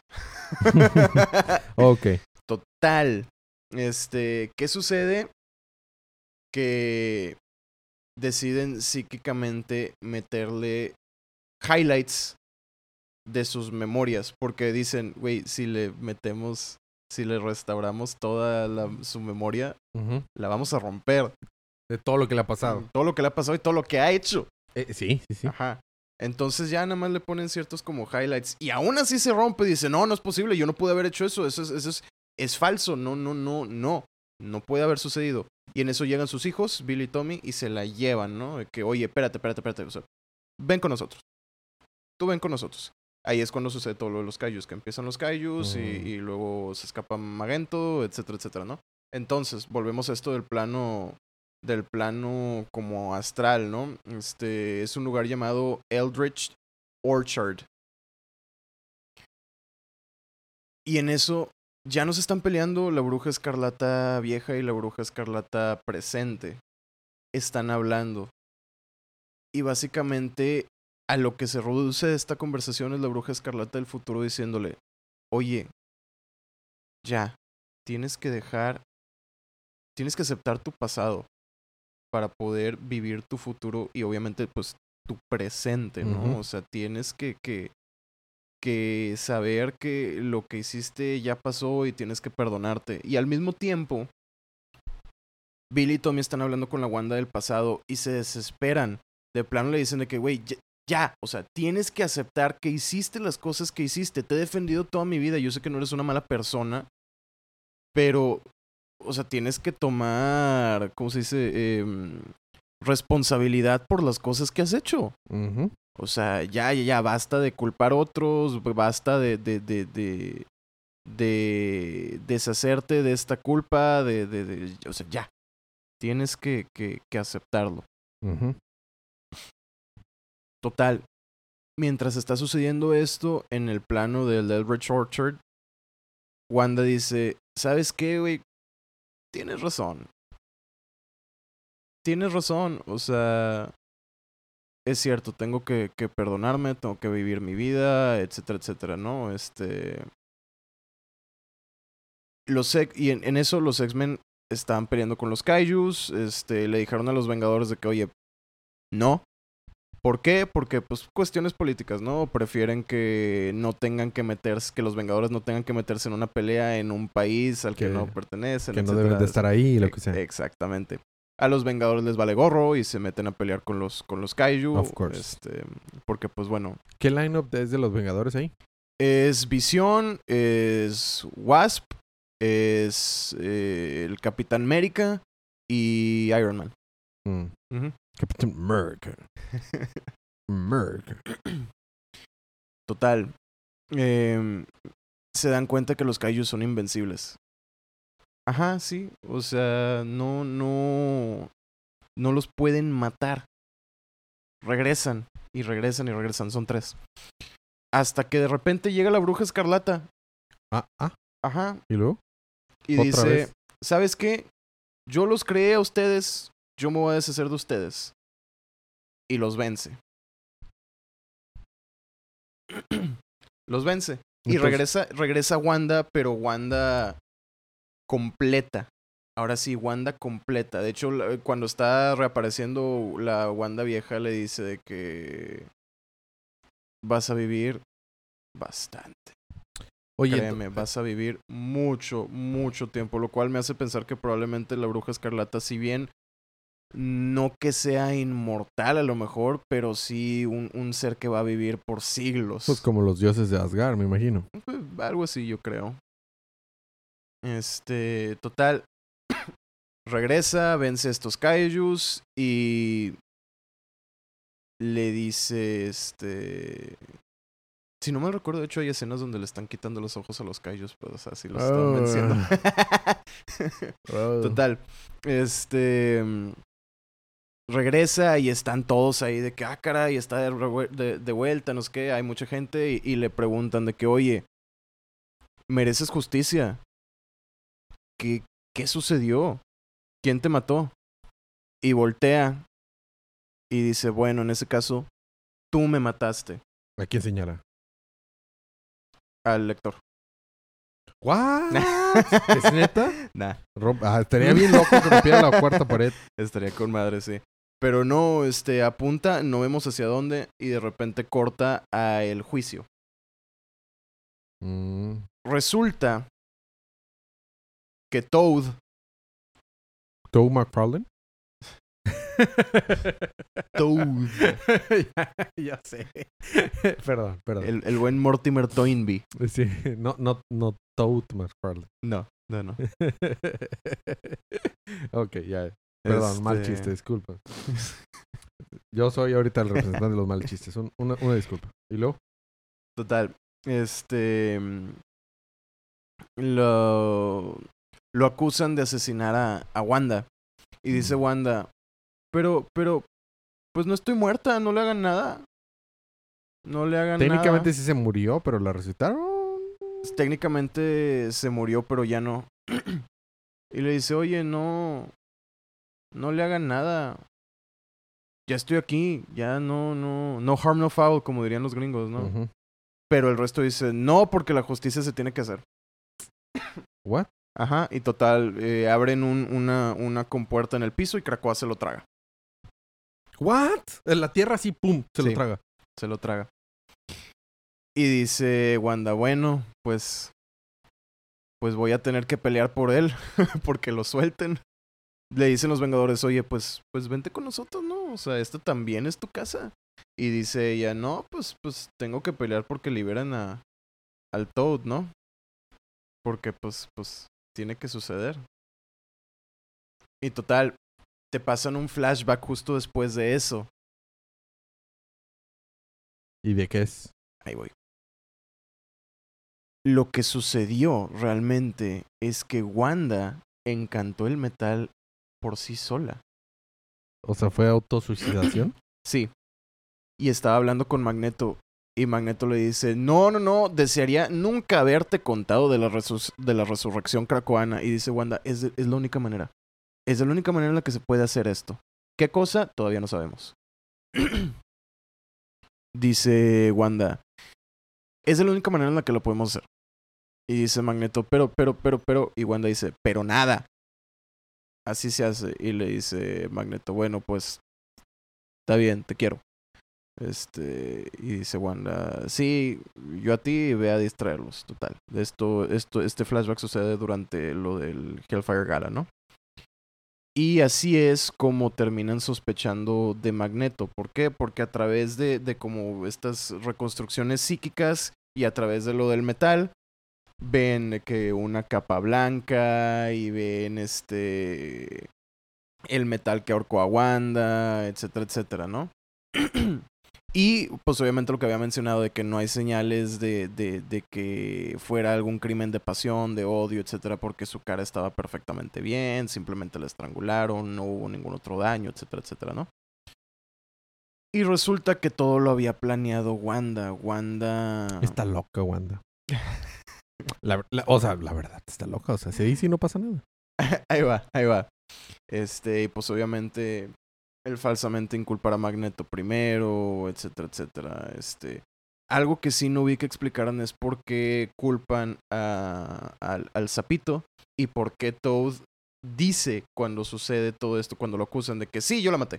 S1: Ok.
S2: Total. Este, ¿qué sucede? Que deciden psíquicamente meterle highlights de sus memorias. Porque dicen, güey, si le metemos, si le restauramos toda la, su memoria,
S1: Uh-huh.
S2: la vamos a romper.
S1: De todo lo que le ha pasado.
S2: Todo lo que le ha pasado y todo lo que ha hecho.
S1: Eh, sí, sí, sí.
S2: Ajá. Entonces ya nada más le ponen ciertos como highlights. Y aún así se rompe y dice, no, no es posible, yo no pude haber hecho eso. Eso es, eso es, es falso. No, no, no, no. No puede haber sucedido. Y en eso llegan sus hijos, Bill y Tommy, y se la llevan, ¿no? De que, oye, espérate, espérate, espérate. O sea, ven con nosotros. Tú ven con nosotros. Ahí es cuando sucede todo lo de los kaijus, que empiezan los kaijus
S1: Mm.
S2: y, y luego se escapa Magento, etcétera, etcétera, ¿no? Entonces, volvemos a esto del plano, del plano como astral, ¿no? Este, es un lugar llamado Eldritch Orchard. Y en eso ya no se están peleando la bruja escarlata vieja y la bruja escarlata presente. Están hablando. Y básicamente a lo que se reduce esta conversación es la bruja escarlata del futuro diciéndole, oye, ya, tienes que dejar, tienes que aceptar tu pasado para poder vivir tu futuro y obviamente pues tu presente, ¿no?
S1: Ujú.
S2: O sea, tienes que, que, que saber que lo que hiciste ya pasó y tienes que perdonarte. Y al mismo tiempo, Billy y Tommy están hablando con la Wanda del pasado y se desesperan. De plano le dicen de que, güey, ya, ya, o sea, tienes que aceptar que hiciste las cosas que hiciste. Te he defendido toda mi vida. Yo sé que no eres una mala persona, pero, o sea, tienes que tomar, ¿cómo se dice? Eh, responsabilidad por las cosas que has hecho.
S1: Ujú.
S2: O sea, ya, ya, ya, basta de culpar a otros, basta de, de, de, de, de deshacerte de esta culpa, de, de, de, o sea, ya. Tienes que, que, que aceptarlo.
S1: Ujú.
S2: Total, mientras está sucediendo esto en el plano del Eldritch Orchard, Wanda dice, ¿sabes qué, güey? Tienes razón. Tienes razón, o sea, es cierto, tengo que, que perdonarme, tengo que vivir mi vida, etcétera, etcétera, ¿no? Este... Los ex- y en, en eso los X-Men estaban peleando con los Kaijus, este, le dijeron a los Vengadores de que, oye, no. ¿Por qué? Porque, pues, cuestiones políticas, ¿no? Prefieren que no tengan que meterse, que los Vengadores no tengan que meterse en una pelea en un país al que,
S1: Que-
S2: no pertenecen,
S1: Que no
S2: etcétera.
S1: deben de estar ahí, lo que
S2: Ex-
S1: sea.
S2: Exactamente. A los Vengadores les vale gorro y se meten a pelear con los, con los Kaiju.
S1: Of course.
S2: Este, porque, pues, bueno,
S1: ¿Qué lineup es de los Vengadores ahí?
S2: es Visión, es Wasp, es eh, el Capitán América y Iron Man.
S1: Mm.
S2: Ujú.
S1: Captain America. America.
S2: Total. Eh, se dan cuenta que los Kaiju son invencibles. Ajá, sí. O sea, no, no. No los pueden matar. Regresan. Y regresan y regresan. Son tres. Hasta que de repente llega la bruja escarlata.
S1: Ah, ah.
S2: Ajá.
S1: ¿Y luego?
S2: Y
S1: ¿Otra
S2: dice,
S1: vez?
S2: ¿sabes qué? Yo los creé a ustedes. Yo me voy a deshacer de ustedes. Y los vence. Los vence. Y
S1: Entonces-
S2: regresa, regresa Wanda, pero Wanda completa. Ahora sí, Wanda completa. De hecho, la- cuando está reapareciendo la Wanda vieja, le dice de que vas a vivir bastante.
S1: Oye,
S2: Créeme,
S1: ento-
S2: vas a vivir mucho, mucho tiempo. Lo cual me hace pensar que probablemente la bruja escarlata, si bien no que sea inmortal a lo mejor, pero sí un, un ser que va a vivir por siglos.
S1: pues como los dioses de Asgard, me imagino.
S2: Pues, algo así, yo creo. Este, total. Regresa, vence a estos kaijus y le dice, este... Si no me recuerdo, de hecho hay escenas donde le están quitando los ojos a los kaijus, pero o sea, sí los están
S1: Oh.
S2: venciendo.
S1: Oh.
S2: Total. Este... Regresa y están todos ahí de que, ah, caray, está de, revue- de, de vuelta, no sé qué. Hay mucha gente y, y le preguntan de que, oye, ¿mereces justicia? ¿Qué, ¿Qué sucedió? ¿Quién te mató? Y voltea y dice, bueno, en ese caso, tú me mataste.
S1: ¿A quién señala?
S2: Al lector.
S1: ¿What? ¿Es neta?
S2: Nah,
S1: Romp- ah, estaría bien loco que rompiera la cuarta pared.
S2: estaría con madre, sí. Pero no, este, apunta, no vemos hacia dónde y de repente corta a el juicio.
S1: Mm.
S2: Resulta que Toad,
S1: ¿Toad McFarlane?
S2: Toad,
S1: ya, ya sé. Perdón, perdón.
S2: el, el buen Mortimer Toynbee.
S1: Sí, no, no, no Toad McFarlane.
S2: No, no, no.
S1: Ok, ya. Perdón, mal
S2: Este,
S1: chiste, disculpa. Yo soy ahorita el representante de los mal chistes. Un- una, una disculpa. ¿Y luego?
S2: Total, este... mm, Lo, lo acusan de asesinar a, a Wanda. Y dice
S1: Mm.
S2: Wanda, pero, pero, pues no estoy muerta, no le hagan nada. No le hagan
S1: Técnicamente
S2: nada.
S1: sí se murió, pero la resucitaron.
S2: Técnicamente se murió, pero ya no. Y le dice, oye, no, no le hagan nada. Ya estoy aquí, ya no, no, no harm, no foul, como dirían los gringos, ¿no?
S1: Ujú.
S2: Pero el resto dice, no, porque la justicia se tiene que hacer.
S1: ¿What?
S2: Ajá, y total, eh, abren un, una, una compuerta en el piso y Krakoa se lo traga.
S1: ¿What? En la tierra así, pum, se
S2: Sí.
S1: lo traga.
S2: Se lo traga. Y dice Wanda, bueno, pues... Pues voy a tener que pelear por él, porque lo suelten. Le dicen los Vengadores, oye, pues, pues vente con nosotros, ¿no? O sea, esta también es tu casa. Y dice ella, no, pues, pues tengo que pelear porque liberan a... al Toad, ¿no? Porque, pues, pues, tiene que suceder. Y total, te pasan un flashback justo después de eso.
S1: ¿Y de qué es?
S2: Ahí voy. Lo que sucedió realmente es que Wanda encantó el metal por sí sola.
S1: O sea, ¿fue autosuicidación?
S2: Sí. Y estaba hablando con Magneto. Y Magneto le dice, no, no, no, desearía nunca haberte contado de la, resu- de la resurrección krakoana. Y dice Wanda, es, de- es la única manera. Es la única manera en la que se puede hacer esto. ¿Qué cosa? Todavía no sabemos. Dice Wanda, es la única manera en la que lo podemos hacer. Y dice Magneto, pero, pero, pero, pero. Y Wanda dice, pero nada. Así se hace. Y le dice Magneto, bueno, pues está bien, te quiero. Este, y dice Wanda, sí, yo a ti ve a distraerlos, total. Esto, esto, este flashback sucede durante lo del Hellfire Gala, ¿no? Y así es como terminan sospechando de Magneto. ¿Por qué? Porque a través de, de como estas reconstrucciones psíquicas y a través de lo del metal, ven que una capa blanca y ven este el metal que ahorcó a Wanda, etcétera, etcétera, ¿no? Y pues obviamente lo que había mencionado de que no hay señales de, de, de que fuera algún crimen de pasión, de odio, etcétera, porque su cara estaba perfectamente bien, simplemente la estrangularon, no hubo ningún otro daño, etcétera, etcétera, ¿no? Y resulta que todo lo había planeado Wanda. Wanda...
S1: Está loca, Wanda. La, la- o sea, la verdad, está loca. O sea, se dice y no pasa nada.
S2: Ahí va, ahí va. Este, y pues obviamente el falsamente inculpar a Magneto primero, etcétera, etcétera. Este, algo que sí no vi que explicaran es por qué culpan a, al, al sapito y por qué Toad dice cuando sucede todo esto, cuando lo acusan de que sí, yo la maté.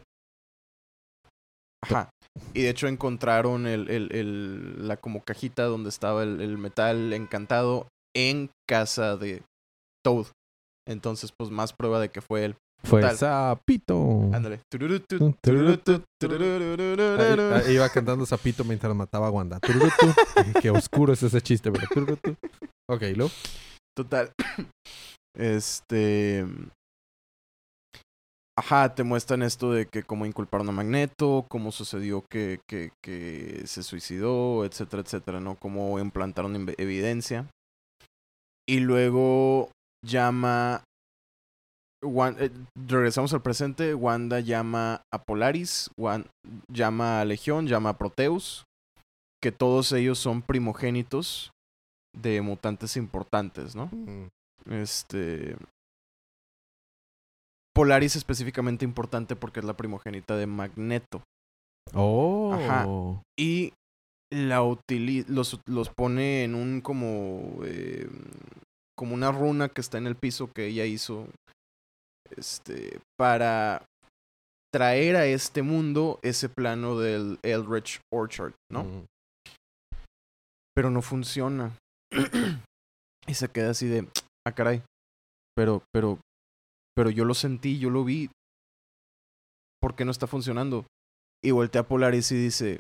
S2: Ajá. Y de hecho encontraron el, el, el, la como cajita donde estaba el, el metal encantado en casa de Toad. Entonces, pues más prueba de que fue él.
S1: Fue
S2: Total.
S1: Sapito.
S2: Ándale. Tururutu, tururutu, turururururu.
S1: Ahí, ahí iba cantando Sapito mientras mataba a Wanda. Tururutu. Dije, qué oscuro es ese chiste, pero tururutu. Ok, ¿y luego?
S2: Total. Este. Ajá, te muestran esto de que cómo inculparon a Magneto, cómo sucedió que, que, que se suicidó, etcétera, etcétera, ¿no? Cómo implantaron inve- evidencia. Y luego llama... Wan- eh, regresamos al presente. Wanda llama a Polaris, Wan- llama a Legión, llama a Proteus, que todos ellos son primogénitos de mutantes importantes, ¿no?
S1: Mm.
S2: Este... Polaris específicamente importante porque es la primogénita de Magneto.
S1: Oh.
S2: Ajá. Y la utili- los, los pone en un como... eh, como una runa que está en el piso que ella hizo. Este... Para traer a este mundo ese plano del Eldritch Orchard, ¿no?
S1: Mm.
S2: Pero no funciona. Y se queda así de... Ah, caray. Pero, pero... Pero yo lo sentí, yo lo vi. ¿Por qué no está funcionando? Y voltea a Polaris y dice...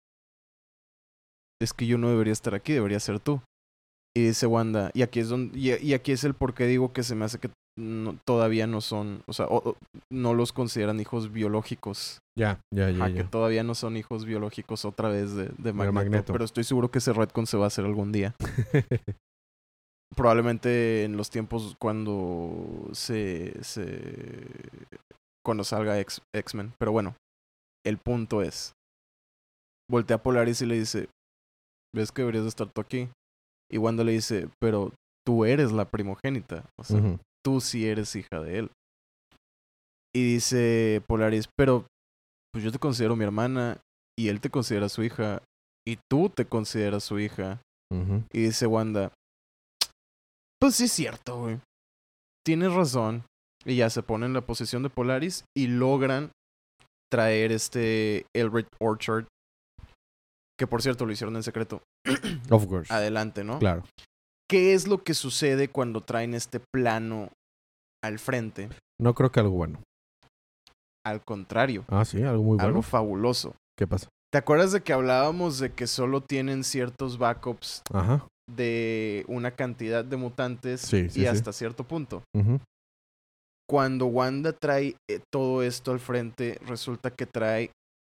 S2: Es que yo no debería estar aquí, debería ser tú. Y dice Wanda, y aquí es donde, y, y aquí es el por qué digo que se me hace que no, todavía no son, o sea, o, o, no los consideran hijos biológicos.
S1: Ya, ya, ya.
S2: Ajá,
S1: ya.
S2: que todavía no son hijos biológicos otra vez de, de Magneto,
S1: Magneto.
S2: Pero estoy seguro que ese retcon se va a hacer algún día. Probablemente en los tiempos cuando se, se cuando salga X, X-Men. Pero bueno, el punto es, voltea a Polaris y le dice, ¿ves que deberías de estar tú aquí? Y Wanda le dice, pero tú eres la primogénita. O sea,
S1: Ujú.
S2: tú sí eres hija de él. Y dice Polaris, pero pues yo te considero mi hermana y él te considera su hija y tú te consideras su hija.
S1: Ujú.
S2: Y dice Wanda, pues sí es cierto, güey. Tienes razón. Y ya se pone en la posición de Polaris y logran traer este Eldritch Orchard. Que por cierto lo hicieron en secreto.
S1: Of course.
S2: Adelante, ¿no?
S1: Claro.
S2: ¿Qué es lo que sucede cuando traen este plano al frente?
S1: No creo que algo bueno.
S2: Al contrario,
S1: Ah, sí, algo muy bueno.
S2: algo fabuloso.
S1: ¿Qué pasa?
S2: ¿Te acuerdas de que hablábamos de que solo tienen ciertos backups
S1: Ajá.
S2: de una cantidad de mutantes
S1: Sí, sí,
S2: y
S1: sí.
S2: hasta cierto punto?
S1: Ujú.
S2: Cuando Wanda trae eh, todo esto al frente, resulta que trae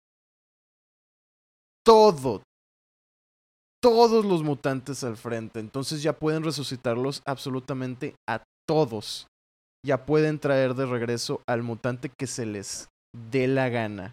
S2: todo, todos los mutantes al frente. Entonces ya pueden resucitarlos absolutamente a todos. Ya pueden traer de regreso al mutante que se les dé la gana.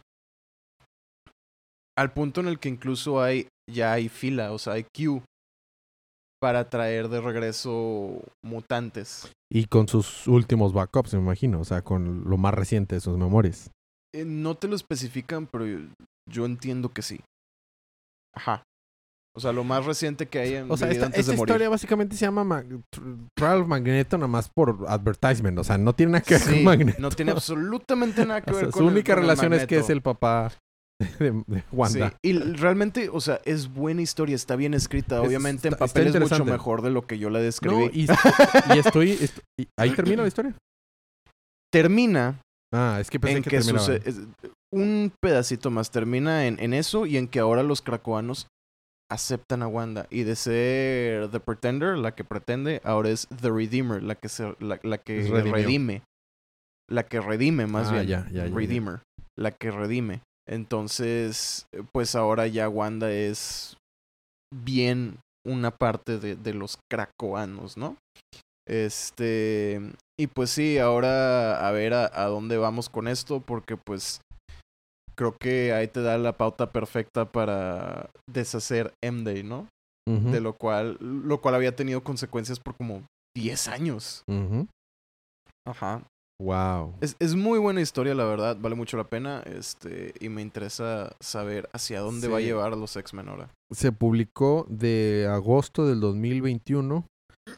S2: Al punto en el que incluso hay, ya hay fila, o sea, hay queue para traer de regreso mutantes.
S1: Y con sus últimos backups, me imagino. O sea, con lo más reciente de sus memorias.
S2: Eh, no te lo especifican, pero yo, yo entiendo que sí. Ajá. O sea, lo más reciente que hay en
S1: O sea,
S2: vivido
S1: esta,
S2: antes
S1: esta
S2: de morir.
S1: historia básicamente se llama Mag- Tr- Trial of Magneto nada más por advertisement. O sea, no tiene nada que ver
S2: Sí,
S1: con Magneto.
S2: no tiene absolutamente nada que
S1: O
S2: ver
S1: sea,
S2: con
S1: su
S2: el-
S1: única
S2: con el
S1: relación es que
S2: Magneto.
S1: es el papá de, de Wanda.
S2: Sí, y realmente, o sea, es buena historia, está bien escrita.
S1: Es-
S2: Obviamente
S1: está-
S2: en
S1: está
S2: papel es mucho
S1: interesante.
S2: mejor de lo que yo la describí.
S1: No, y, y estoy... est- y ahí termina la historia.
S2: Termina
S1: Ah, es que pensé
S2: en
S1: que,
S2: que,
S1: terminaba.
S2: sucede... es- un pedacito más. Termina en, en eso y en que ahora los krakoanos aceptan a Wanda. Y de ser The Pretender, la que pretende, ahora es The Redeemer, la que, se, la, la que
S1: Es redimió.
S2: redime. La que redime, más
S1: Ah,
S2: bien.
S1: ya, ya, ya, ya.
S2: Redeemer. La que redime. Entonces, pues ahora ya Wanda es bien una parte de, de los krakoanos, ¿no? Este... Y pues sí, ahora a ver a, a dónde vamos con esto, porque pues creo que ahí te da la pauta perfecta para deshacer M-Day, ¿no?
S1: Ujú,
S2: De lo cual, lo cual había tenido consecuencias por como diez años.
S1: ujú.
S2: Ajá.
S1: Wow.
S2: Es, es muy buena historia, la verdad, vale mucho la pena, este, y me interesa saber hacia dónde
S1: Sí.
S2: va a llevar a los X-Men ahora.
S1: Se publicó de agosto del dos mil veintiuno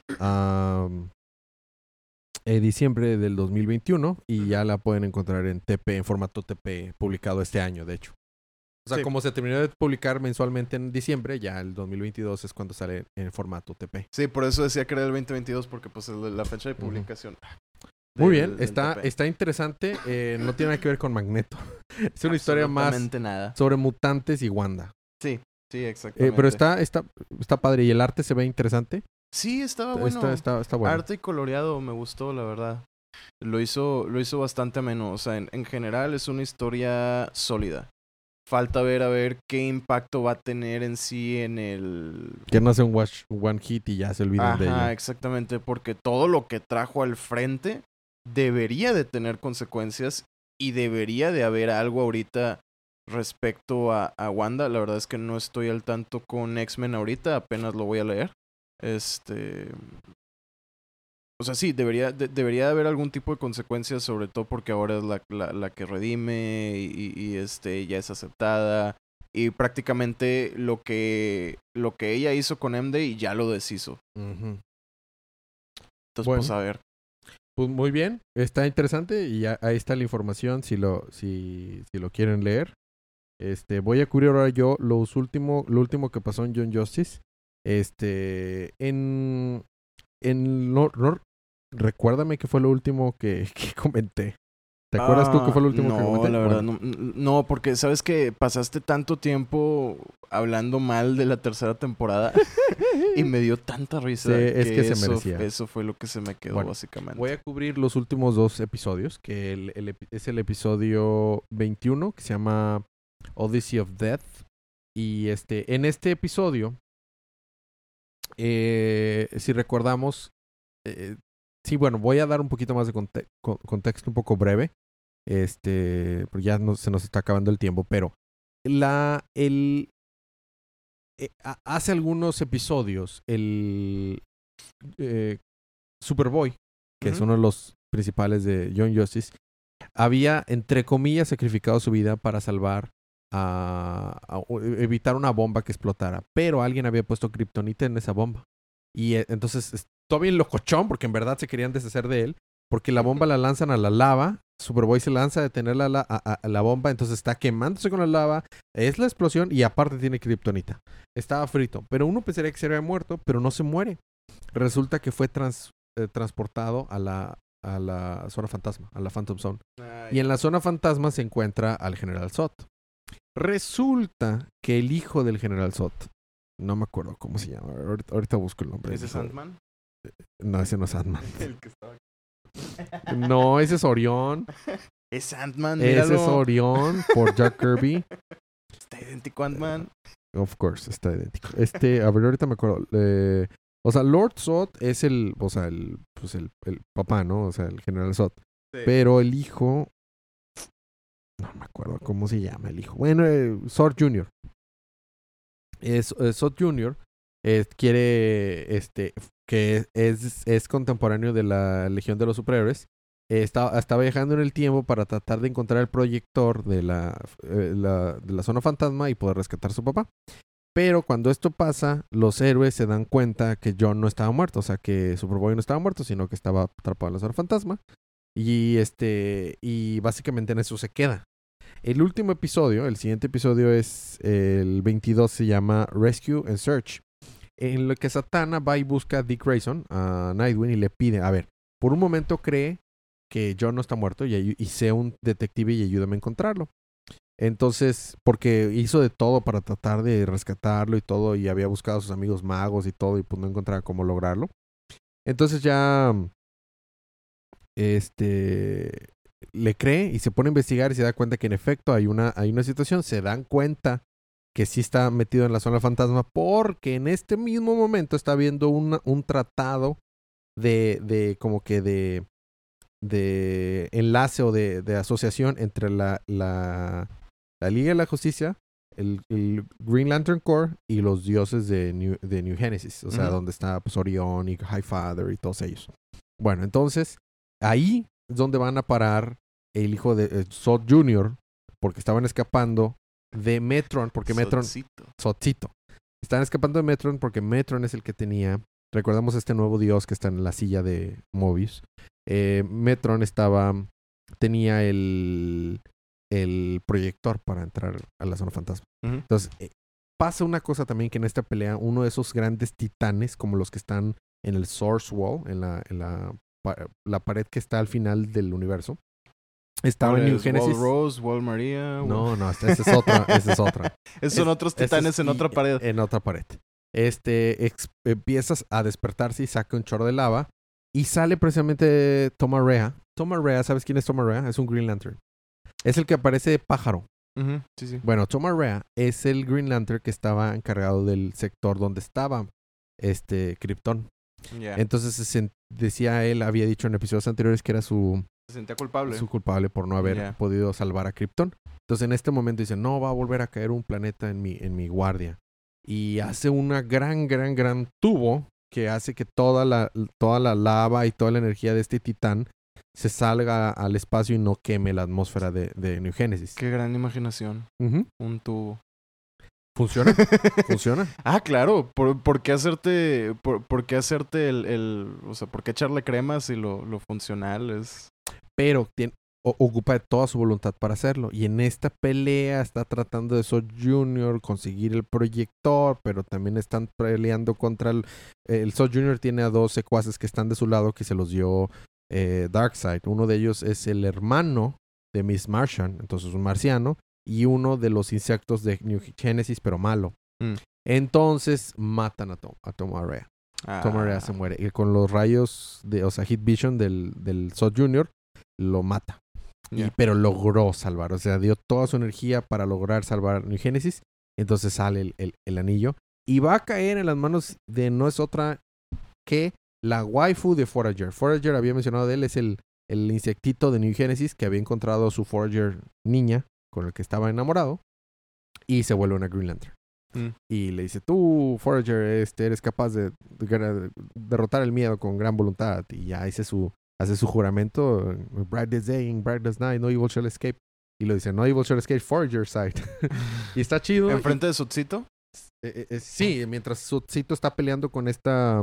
S1: a eh, diciembre del dos mil veintiuno y ya la pueden encontrar en T P, en formato T P, publicado este año, de hecho. O sea,
S2: Sí.
S1: como se terminó de publicar mensualmente en diciembre, ya el dos mil veintidós es cuando sale en formato T P.
S2: Sí, por eso decía que era el veinte veintidós, porque pues es la fecha de
S1: Ujú.
S2: publicación.
S1: Muy
S2: del-
S1: bien,
S2: del
S1: está,
S2: T P.
S1: está interesante. eh, no tiene nada que ver con Magneto. Es una historia más
S2: Absolutamente nada.
S1: sobre mutantes y Wanda.
S2: Sí, sí,
S1: Eh,
S2: exactamente.
S1: pero está, está, está padre y el arte se ve interesante.
S2: Sí, estaba
S1: Está,
S2: bueno.
S1: está, está, está bueno.
S2: Arte y coloreado me gustó, la verdad. Lo hizo, lo hizo bastante ameno. O sea, en, en general es una historia sólida. Falta ver a ver qué impacto va a tener en sí en el...
S1: Que no hace un watch, one hit y ya se olvidan de ella.
S2: Ajá, exactamente, porque todo lo que trajo al frente debería de tener consecuencias y debería de haber algo ahorita respecto a, a Wanda. La verdad es que no estoy al tanto con X-Men ahorita, apenas lo voy a leer. Este... O sea, sí, debería de, debería de haber algún tipo de consecuencias, sobre todo porque ahora es la, la, la que redime y, y, y este ya es aceptada. Y prácticamente lo que lo que ella hizo con M J ya lo deshizo.
S1: Uh-huh.
S2: Entonces,
S1: Bueno,
S2: pues a ver.
S1: Pues muy bien, está interesante y ya, ahí está la información si lo, si, si lo quieren leer. Este, voy a cubrir ahora yo los último, lo último que pasó en Young Justice. Este, en, en no, no, recuérdame qué fue lo último que, que comenté. ¿Te acuerdas tú qué fue lo último
S2: no,
S1: que comenté?
S2: La verdad,
S1: Bueno.
S2: no, no, porque sabes que pasaste tanto tiempo hablando mal de la tercera temporada y me dio tanta risa.
S1: Sí, es que, que
S2: eso,
S1: se merecía.
S2: Eso fue lo que se me quedó, bueno, básicamente.
S1: Voy a cubrir los últimos dos episodios, que el, el, es el episodio veintiuno, que se llama Odyssey of Death. Y este, en este episodio, eh, si recordamos, eh, sí, bueno, voy a dar un poquito más de conte con contexto un poco breve, este, porque ya no, se nos está acabando el tiempo, pero la, el, eh, hace algunos episodios, el eh, Superboy, que uh-huh. es uno de los principales de Young Justice, había, entre comillas, sacrificado su vida para salvar a, a, a evitar una bomba que explotara, pero alguien había puesto kriptonita en esa bomba. Y eh, entonces, todo bien locochón, porque en verdad se querían deshacer de él, porque la bomba la lanzan a la lava, Superboy se lanza a detener la, la, a, a la bomba, entonces está quemándose con la lava, es la explosión y aparte tiene kriptonita. Estaba frito, pero uno pensaría que se había muerto, pero no se muere. Resulta que fue trans, eh, transportado a la, a la zona fantasma, a la Phantom Zone. Ay. Y en la zona fantasma se encuentra al General Zod. Resulta que el hijo del General Zod, no me acuerdo cómo se llama, ahorita, ahorita busco el nombre.
S2: ¿Ese es Ant-Man?
S1: No, ese no es Ant-Man.
S2: El que estaba...
S1: No, ese es Orión.
S2: Es Ant-Man,
S1: Ese es Orión por Jack Kirby.
S2: Está idéntico a Ant-Man.
S1: Of course, está idéntico. Este, a ver, ahorita me acuerdo. Eh, o sea, Lord Zod es el, o sea, el, pues el, el papá, ¿no? O sea, el General Zod. Sí. Pero el hijo, no me acuerdo cómo se llama el hijo. Bueno, eh, Zod junior Es, eh, Zod junior Eh, quiere, este, que es, es contemporáneo de la Legión de los Superhéroes. Eh, está, está viajando en el tiempo para tratar de encontrar el proyector de la, eh, la, de la zona fantasma y poder rescatar a su papá. Pero cuando esto pasa, los héroes se dan cuenta que John no estaba muerto. O sea, que Superboy no estaba muerto, sino que estaba atrapado en la zona fantasma. Y, este, y básicamente en eso se queda. El último episodio, el siguiente episodio es el veintidós, se llama Rescue and Search. En lo que Satana va y busca a Dick Grayson, a Nightwing, y le pide, a ver, por un momento cree que John no está muerto y, y sea un detective y ayúdame a encontrarlo. Entonces, porque hizo de todo para tratar de rescatarlo y todo, y había buscado a sus amigos magos y todo, y pues no encontraba cómo lograrlo. Entonces ya, este, le cree y se pone a investigar y se da cuenta que en efecto hay una, hay una situación, se dan cuenta que sí está metido en la zona fantasma porque en este mismo momento está viendo una, un tratado de, de como que de, de enlace o de, de asociación entre la, la, la Liga de la Justicia, el, el Green Lantern Corps y los dioses de New, de New Genesis, o sea, uh-huh. donde está pues, Orión y Highfather y todos ellos. Bueno, entonces ahí es donde van a parar el hijo de eh, Zod junior porque estaban escapando de Metron, porque Metron... Zodcito. Están escapando de Metron porque Metron es el que tenía... Recordamos este nuevo dios que está en la silla de Mobius. Eh, Metron estaba... Tenía el... El proyector para entrar a la zona fantasma. Uh-huh. Entonces, eh, pasa una cosa también que en esta pelea, uno de esos grandes titanes, como los que están en el Source Wall, en la, en la, la pared que está al final del universo, estaba en New Genesis.
S2: Wall Rose, Wall Maria. Wall...
S1: No, no, esa es otra. Esa es otra.
S2: Esos son es, otros titanes es, en otra pared.
S1: En otra pared. Este, ex, empiezas a despertarse y saca un chorro de lava. Y sale precisamente Tom Araya Tomar-Re, ¿sabes quién es Tomar-Re? Es un Green Lantern. Es el que aparece de pájaro.
S2: Uh-huh. Sí, sí.
S1: Bueno, Tomar-Re es el Green Lantern que estaba encargado del sector donde estaba este Krypton.
S2: Yeah.
S1: Entonces se, decía él, había dicho en episodios anteriores que era su...
S2: Se sentía culpable.
S1: Su culpable por no haber
S2: yeah.
S1: podido salvar a Krypton. Entonces en este momento dice, no, va a volver a caer un planeta en mi, en mi guardia. Y hace una gran, gran, gran tubo que hace que toda la, toda la lava y toda la energía de este titán se salga al espacio y no queme la atmósfera de, de New Genesis.
S2: Qué gran imaginación.
S1: Uh-huh.
S2: Un tubo.
S1: ¿Funciona? ¿Funciona?
S2: Ah, claro. ¿Por, por qué hacerte, por, por qué hacerte el, el... O sea, ¿por qué echarle crema si lo, lo funcional es...?
S1: Pero tiene, o, ocupa de toda su voluntad para hacerlo. Y en esta pelea está tratando de Zod junior conseguir el proyector, pero también están peleando contra el... El Zod junior tiene a dos secuaces que están de su lado que se los dio eh, Darkseid. Uno de ellos es el hermano de Miss Martian, entonces un marciano, y uno de los insectos de New Genesis, pero malo.
S2: Mm.
S1: Entonces matan a, Tom, a Tomar-Re.
S2: Ah.
S1: Tomar-Re se muere. Y con los rayos, de, o sea, Heat Vision del, del Zod junior, lo mata.
S2: Yeah.
S1: Y, pero logró salvar. O sea, dio toda su energía para lograr salvar New Genesis. Entonces sale el, el, el anillo. Y va a caer en las manos de no es otra que la waifu de Forager. Forager, había mencionado de él, es el, el insectito de New Genesis que había encontrado a su Forager niña con el que estaba enamorado. Y se vuelve una Green Lantern. Mm. Y le dice, tú, Forager, este, eres capaz de, de, de derrotar el miedo con gran voluntad. Y ya hice su... Hace su juramento, brightest day, brightest night, no evil shall escape. Y lo dice, no evil shall escape for your side. Y está chido.
S2: ¿Enfrente
S1: y,
S2: de Sotcito?
S1: Eh, eh, sí, mientras Sotcito está peleando con esta...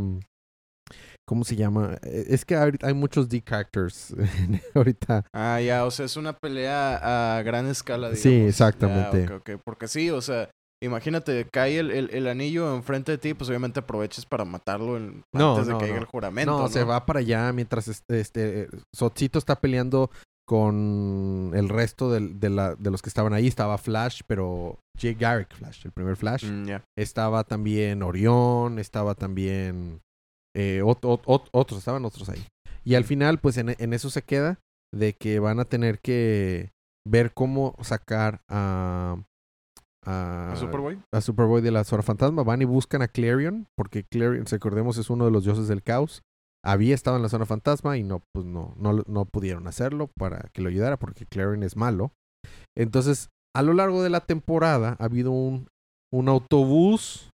S1: ¿Cómo se llama? Es que hay, hay muchos D-characters ahorita.
S2: Ah, ya, o sea, es una pelea a gran escala, digamos.
S1: Sí, exactamente.
S2: Ya, okay, okay. Porque sí, o sea... Imagínate, cae el, el, el anillo enfrente de ti, pues obviamente aproveches para matarlo en,
S1: no,
S2: antes de
S1: no,
S2: que
S1: no.
S2: caiga el juramento.
S1: No,
S2: No,
S1: se va para allá mientras este, este Sotcito está peleando con el resto de, de, la, de los que estaban ahí. Estaba Flash, pero Jay Garrick Flash, el primer Flash.
S2: Mm, yeah.
S1: Estaba también Orión, estaba también eh, ot, ot, ot, otros, estaban otros ahí. Y al final, pues en, en eso se queda de que van a tener que ver cómo sacar a...
S2: A, ¿A Superboy?
S1: A Superboy de la Zona Fantasma. Van y buscan a Clarion, porque Clarion, recordemos, es uno de los dioses del caos. Había estado en la Zona Fantasma y no, pues no, no, no pudieron hacerlo para que lo ayudara, porque Clarion es malo. Entonces, a lo largo de la temporada ha habido un, un autobús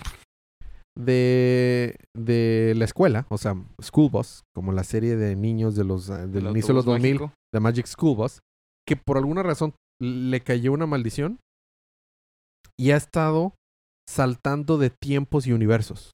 S1: de, de la escuela, o sea, School Bus, como la serie de niños de los, del inicio de los dos mil, de Magic School Bus, que por alguna razón le cayó una maldición. Y ha estado saltando de tiempos y universos.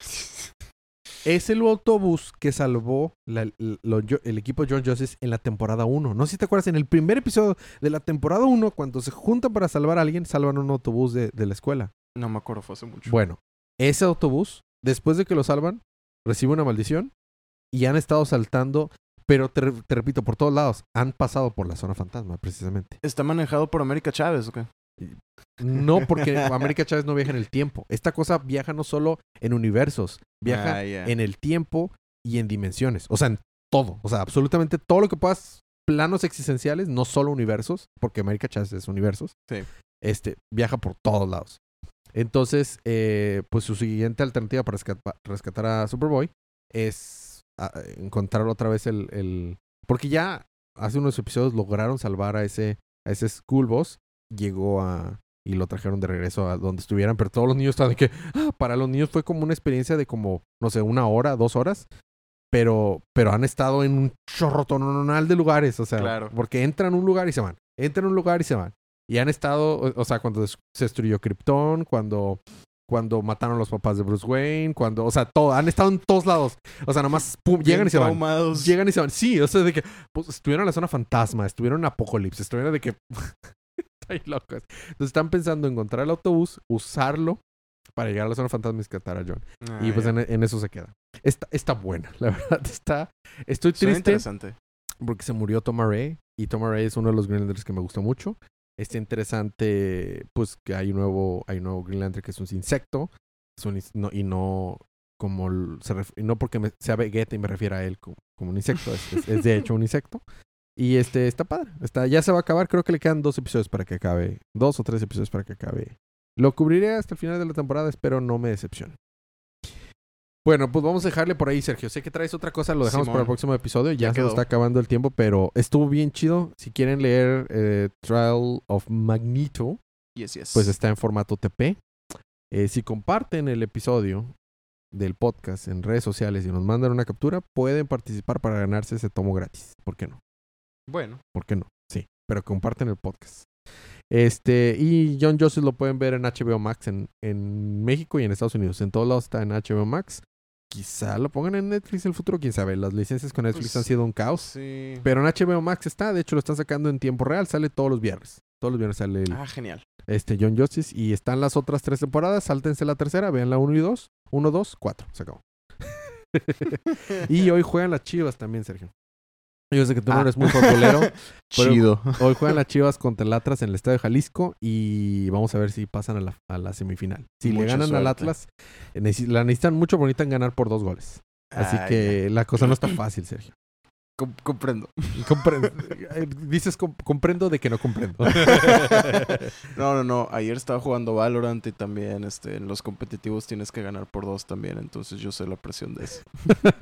S1: Es el autobús que salvó la, lo, el equipo John Justice en la temporada uno. No sé si te acuerdas, en el primer episodio de la temporada uno, cuando se juntan para salvar a alguien, salvan un autobús de, de la escuela.
S2: No me acuerdo, fue hace mucho.
S1: Bueno, ese autobús, después de que lo salvan, recibe una maldición y han estado saltando... Pero te, te repito, por todos lados. Han pasado por la Zona Fantasma, precisamente.
S2: ¿Está manejado por América Chávez o qué?
S1: No, porque América Chávez no viaja en el tiempo. Esta cosa viaja no solo en universos, viaja
S2: ah, yeah.
S1: en el tiempo y en dimensiones. O sea, en todo. O sea, absolutamente todo lo que puedas. Planos existenciales, no solo universos, porque América Chávez es universos.
S2: Sí.
S1: Este, viaja por todos lados. Entonces, eh, pues su siguiente alternativa para rescatar, rescatar a Superboy es a, encontrar otra vez el, el... Porque ya hace unos episodios lograron salvar a ese, a ese School Boss. Llegó a... Y lo trajeron de regreso a donde estuvieran. Pero todos los niños estaban de que... Ah, para los niños fue como una experiencia de como... No sé, una hora, dos horas. Pero... Pero han estado en un chorrotonal de lugares. O sea...
S2: Claro.
S1: Porque entran a un lugar y se van. Entran a un lugar y se van. Y han estado... O, o sea, cuando se destruyó Krypton. Cuando... Cuando mataron a los papás de Bruce Wayne. Cuando... O sea, todo. Han estado en todos lados. O sea, nomás... Pum, llegan y se van. Llegan y se van. Sí, o sea, de que... Pues estuvieron en la Zona Fantasma. Estuvieron en Apocalipsis. Estuvieron de que... Ay, locos. Entonces están pensando en encontrar el autobús, usarlo para llegar a la Zona Fantasma y rescatar a John. Ah, y pues en, en eso se queda. Está, está buena, la verdad. Está, estoy triste.
S2: Interesante.
S1: Porque se murió Tomar-Re. Y Tomar-Re es uno de los Green Lanterns que me gusta mucho. Está interesante, pues, que hay un nuevo, hay un nuevo Green Lantern que es un insecto. Es un, no, y no como se ref, y no porque me, sea Vegeta y me refiera a él como, como un insecto. Es, es, es de hecho un insecto. Y este, está padre. Está, ya se va a acabar. Creo que le quedan dos episodios para que acabe. Dos o tres episodios para que acabe. Lo cubriré hasta el final de la temporada. Espero no me decepcione. Bueno, pues vamos a dejarle por ahí, Sergio. Sé que traes otra cosa. Lo dejamos
S2: Simón.
S1: para el próximo episodio. Ya,
S2: Ya
S1: se
S2: quedó.
S1: nos está acabando el tiempo. Pero estuvo bien chido. Si quieren leer eh, Trial of Magneto,
S2: Yes, yes.
S1: pues está en formato T P. Eh, si comparten el episodio del podcast en redes sociales y nos mandan una captura, pueden participar para ganarse ese tomo gratis. ¿Por qué no?
S2: Bueno.
S1: ¿Por qué no? Sí, pero comparten el podcast. Este, y John Justice lo pueden ver en H B O Max en, en México y en Estados Unidos. En todos lados está en H B O Max. Quizá lo pongan en Netflix en el futuro, quién sabe. Las licencias con Netflix
S2: Pues,
S1: han sido un caos.
S2: Sí.
S1: Pero en H B O Max está, de hecho lo están sacando en tiempo real, sale todos los viernes. Todos los viernes sale el,
S2: Ah, genial.
S1: este John Justice y están las otras tres temporadas, sáltense la tercera, vean la uno y dos, uno, dos, cuatro, se acabó. Y hoy juegan las Chivas también, Sergio. Yo sé que tú no
S2: Ah.
S1: eres muy futbolero. Pero
S2: Chido.
S1: Hoy juegan las Chivas contra el Atlas en el Estadio de Jalisco y vamos a ver si pasan a la, a la semifinal. Si
S2: Mucha
S1: le ganan al
S2: suerte.
S1: Atlas, eh, neces- la necesitan mucho, pero necesitan ganar por dos goles. Así
S2: Ah,
S1: que la cosa no está fácil, Sergio.
S2: Com- comprendo.
S1: Compre- eh, dices com- comprendo de que no comprendo.
S2: No, no, no. Ayer estaba jugando Valorant y también este, en los competitivos tienes que ganar por dos también. Entonces yo sé la presión de eso.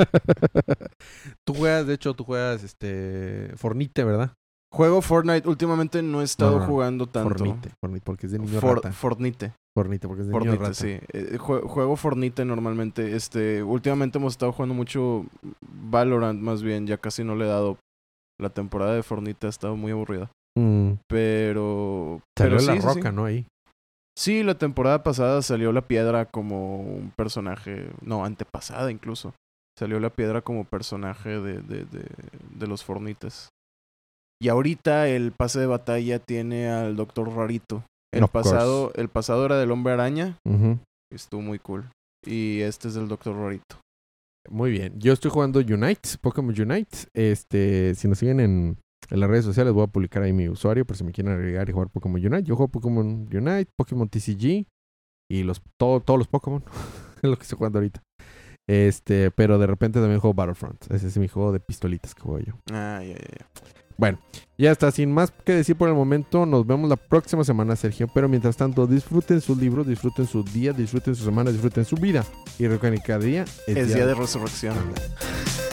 S1: Tú juegas, de hecho, tú juegas este Fornite, ¿verdad?
S2: Juego Fortnite. Últimamente no he estado
S1: No, no, no.
S2: jugando tanto.
S1: Fornite, Fornite, porque es de niño
S2: For-
S1: rata.
S2: Fortnite.
S1: Fornite, porque es de niño
S2: Fortnite,
S1: rata.
S2: sí. Eh, jue- juego Fortnite normalmente. Este, últimamente hemos estado jugando mucho Valorant, más bien. Ya casi no le he dado. La temporada de Fortnite ha estado muy aburrida.
S1: Mm,
S2: Pero.
S1: salió
S2: pero
S1: la
S2: sí, sí,
S1: roca,
S2: sí.
S1: ¿no? Ahí.
S2: Sí, la temporada pasada salió la piedra como un personaje. No, antepasada incluso. Salió la piedra como personaje de, de, de, de los Fornites. Y ahorita el pase de batalla tiene al Doctor Rarito. El
S1: Of
S2: pasado, el pasado era del Hombre Araña.
S1: Ujú.
S2: Estuvo muy cool. Y este es del Doctor Rarito.
S1: Muy bien. Yo estoy jugando Unite, Pokémon Unite. Este, si nos siguen en, en las redes sociales, voy a publicar ahí mi usuario por si me quieren agregar y jugar Pokémon Unite. Yo juego Pokémon Unite, Pokémon T C G y los todo, todos los Pokémon. Es lo que estoy jugando ahorita. Este, pero de repente también juego Battlefront. Ese es mi juego de pistolitas que juego yo.
S2: Ah, ya, ya, ya.
S1: Bueno, ya está. Sin más que decir por el momento, nos vemos la próxima semana, Sergio. Pero mientras tanto, disfruten sus libros, disfruten su día, disfruten su semana, disfruten su vida. Y recuerden que cada día
S2: Es día de resurrección.
S1: Ándale.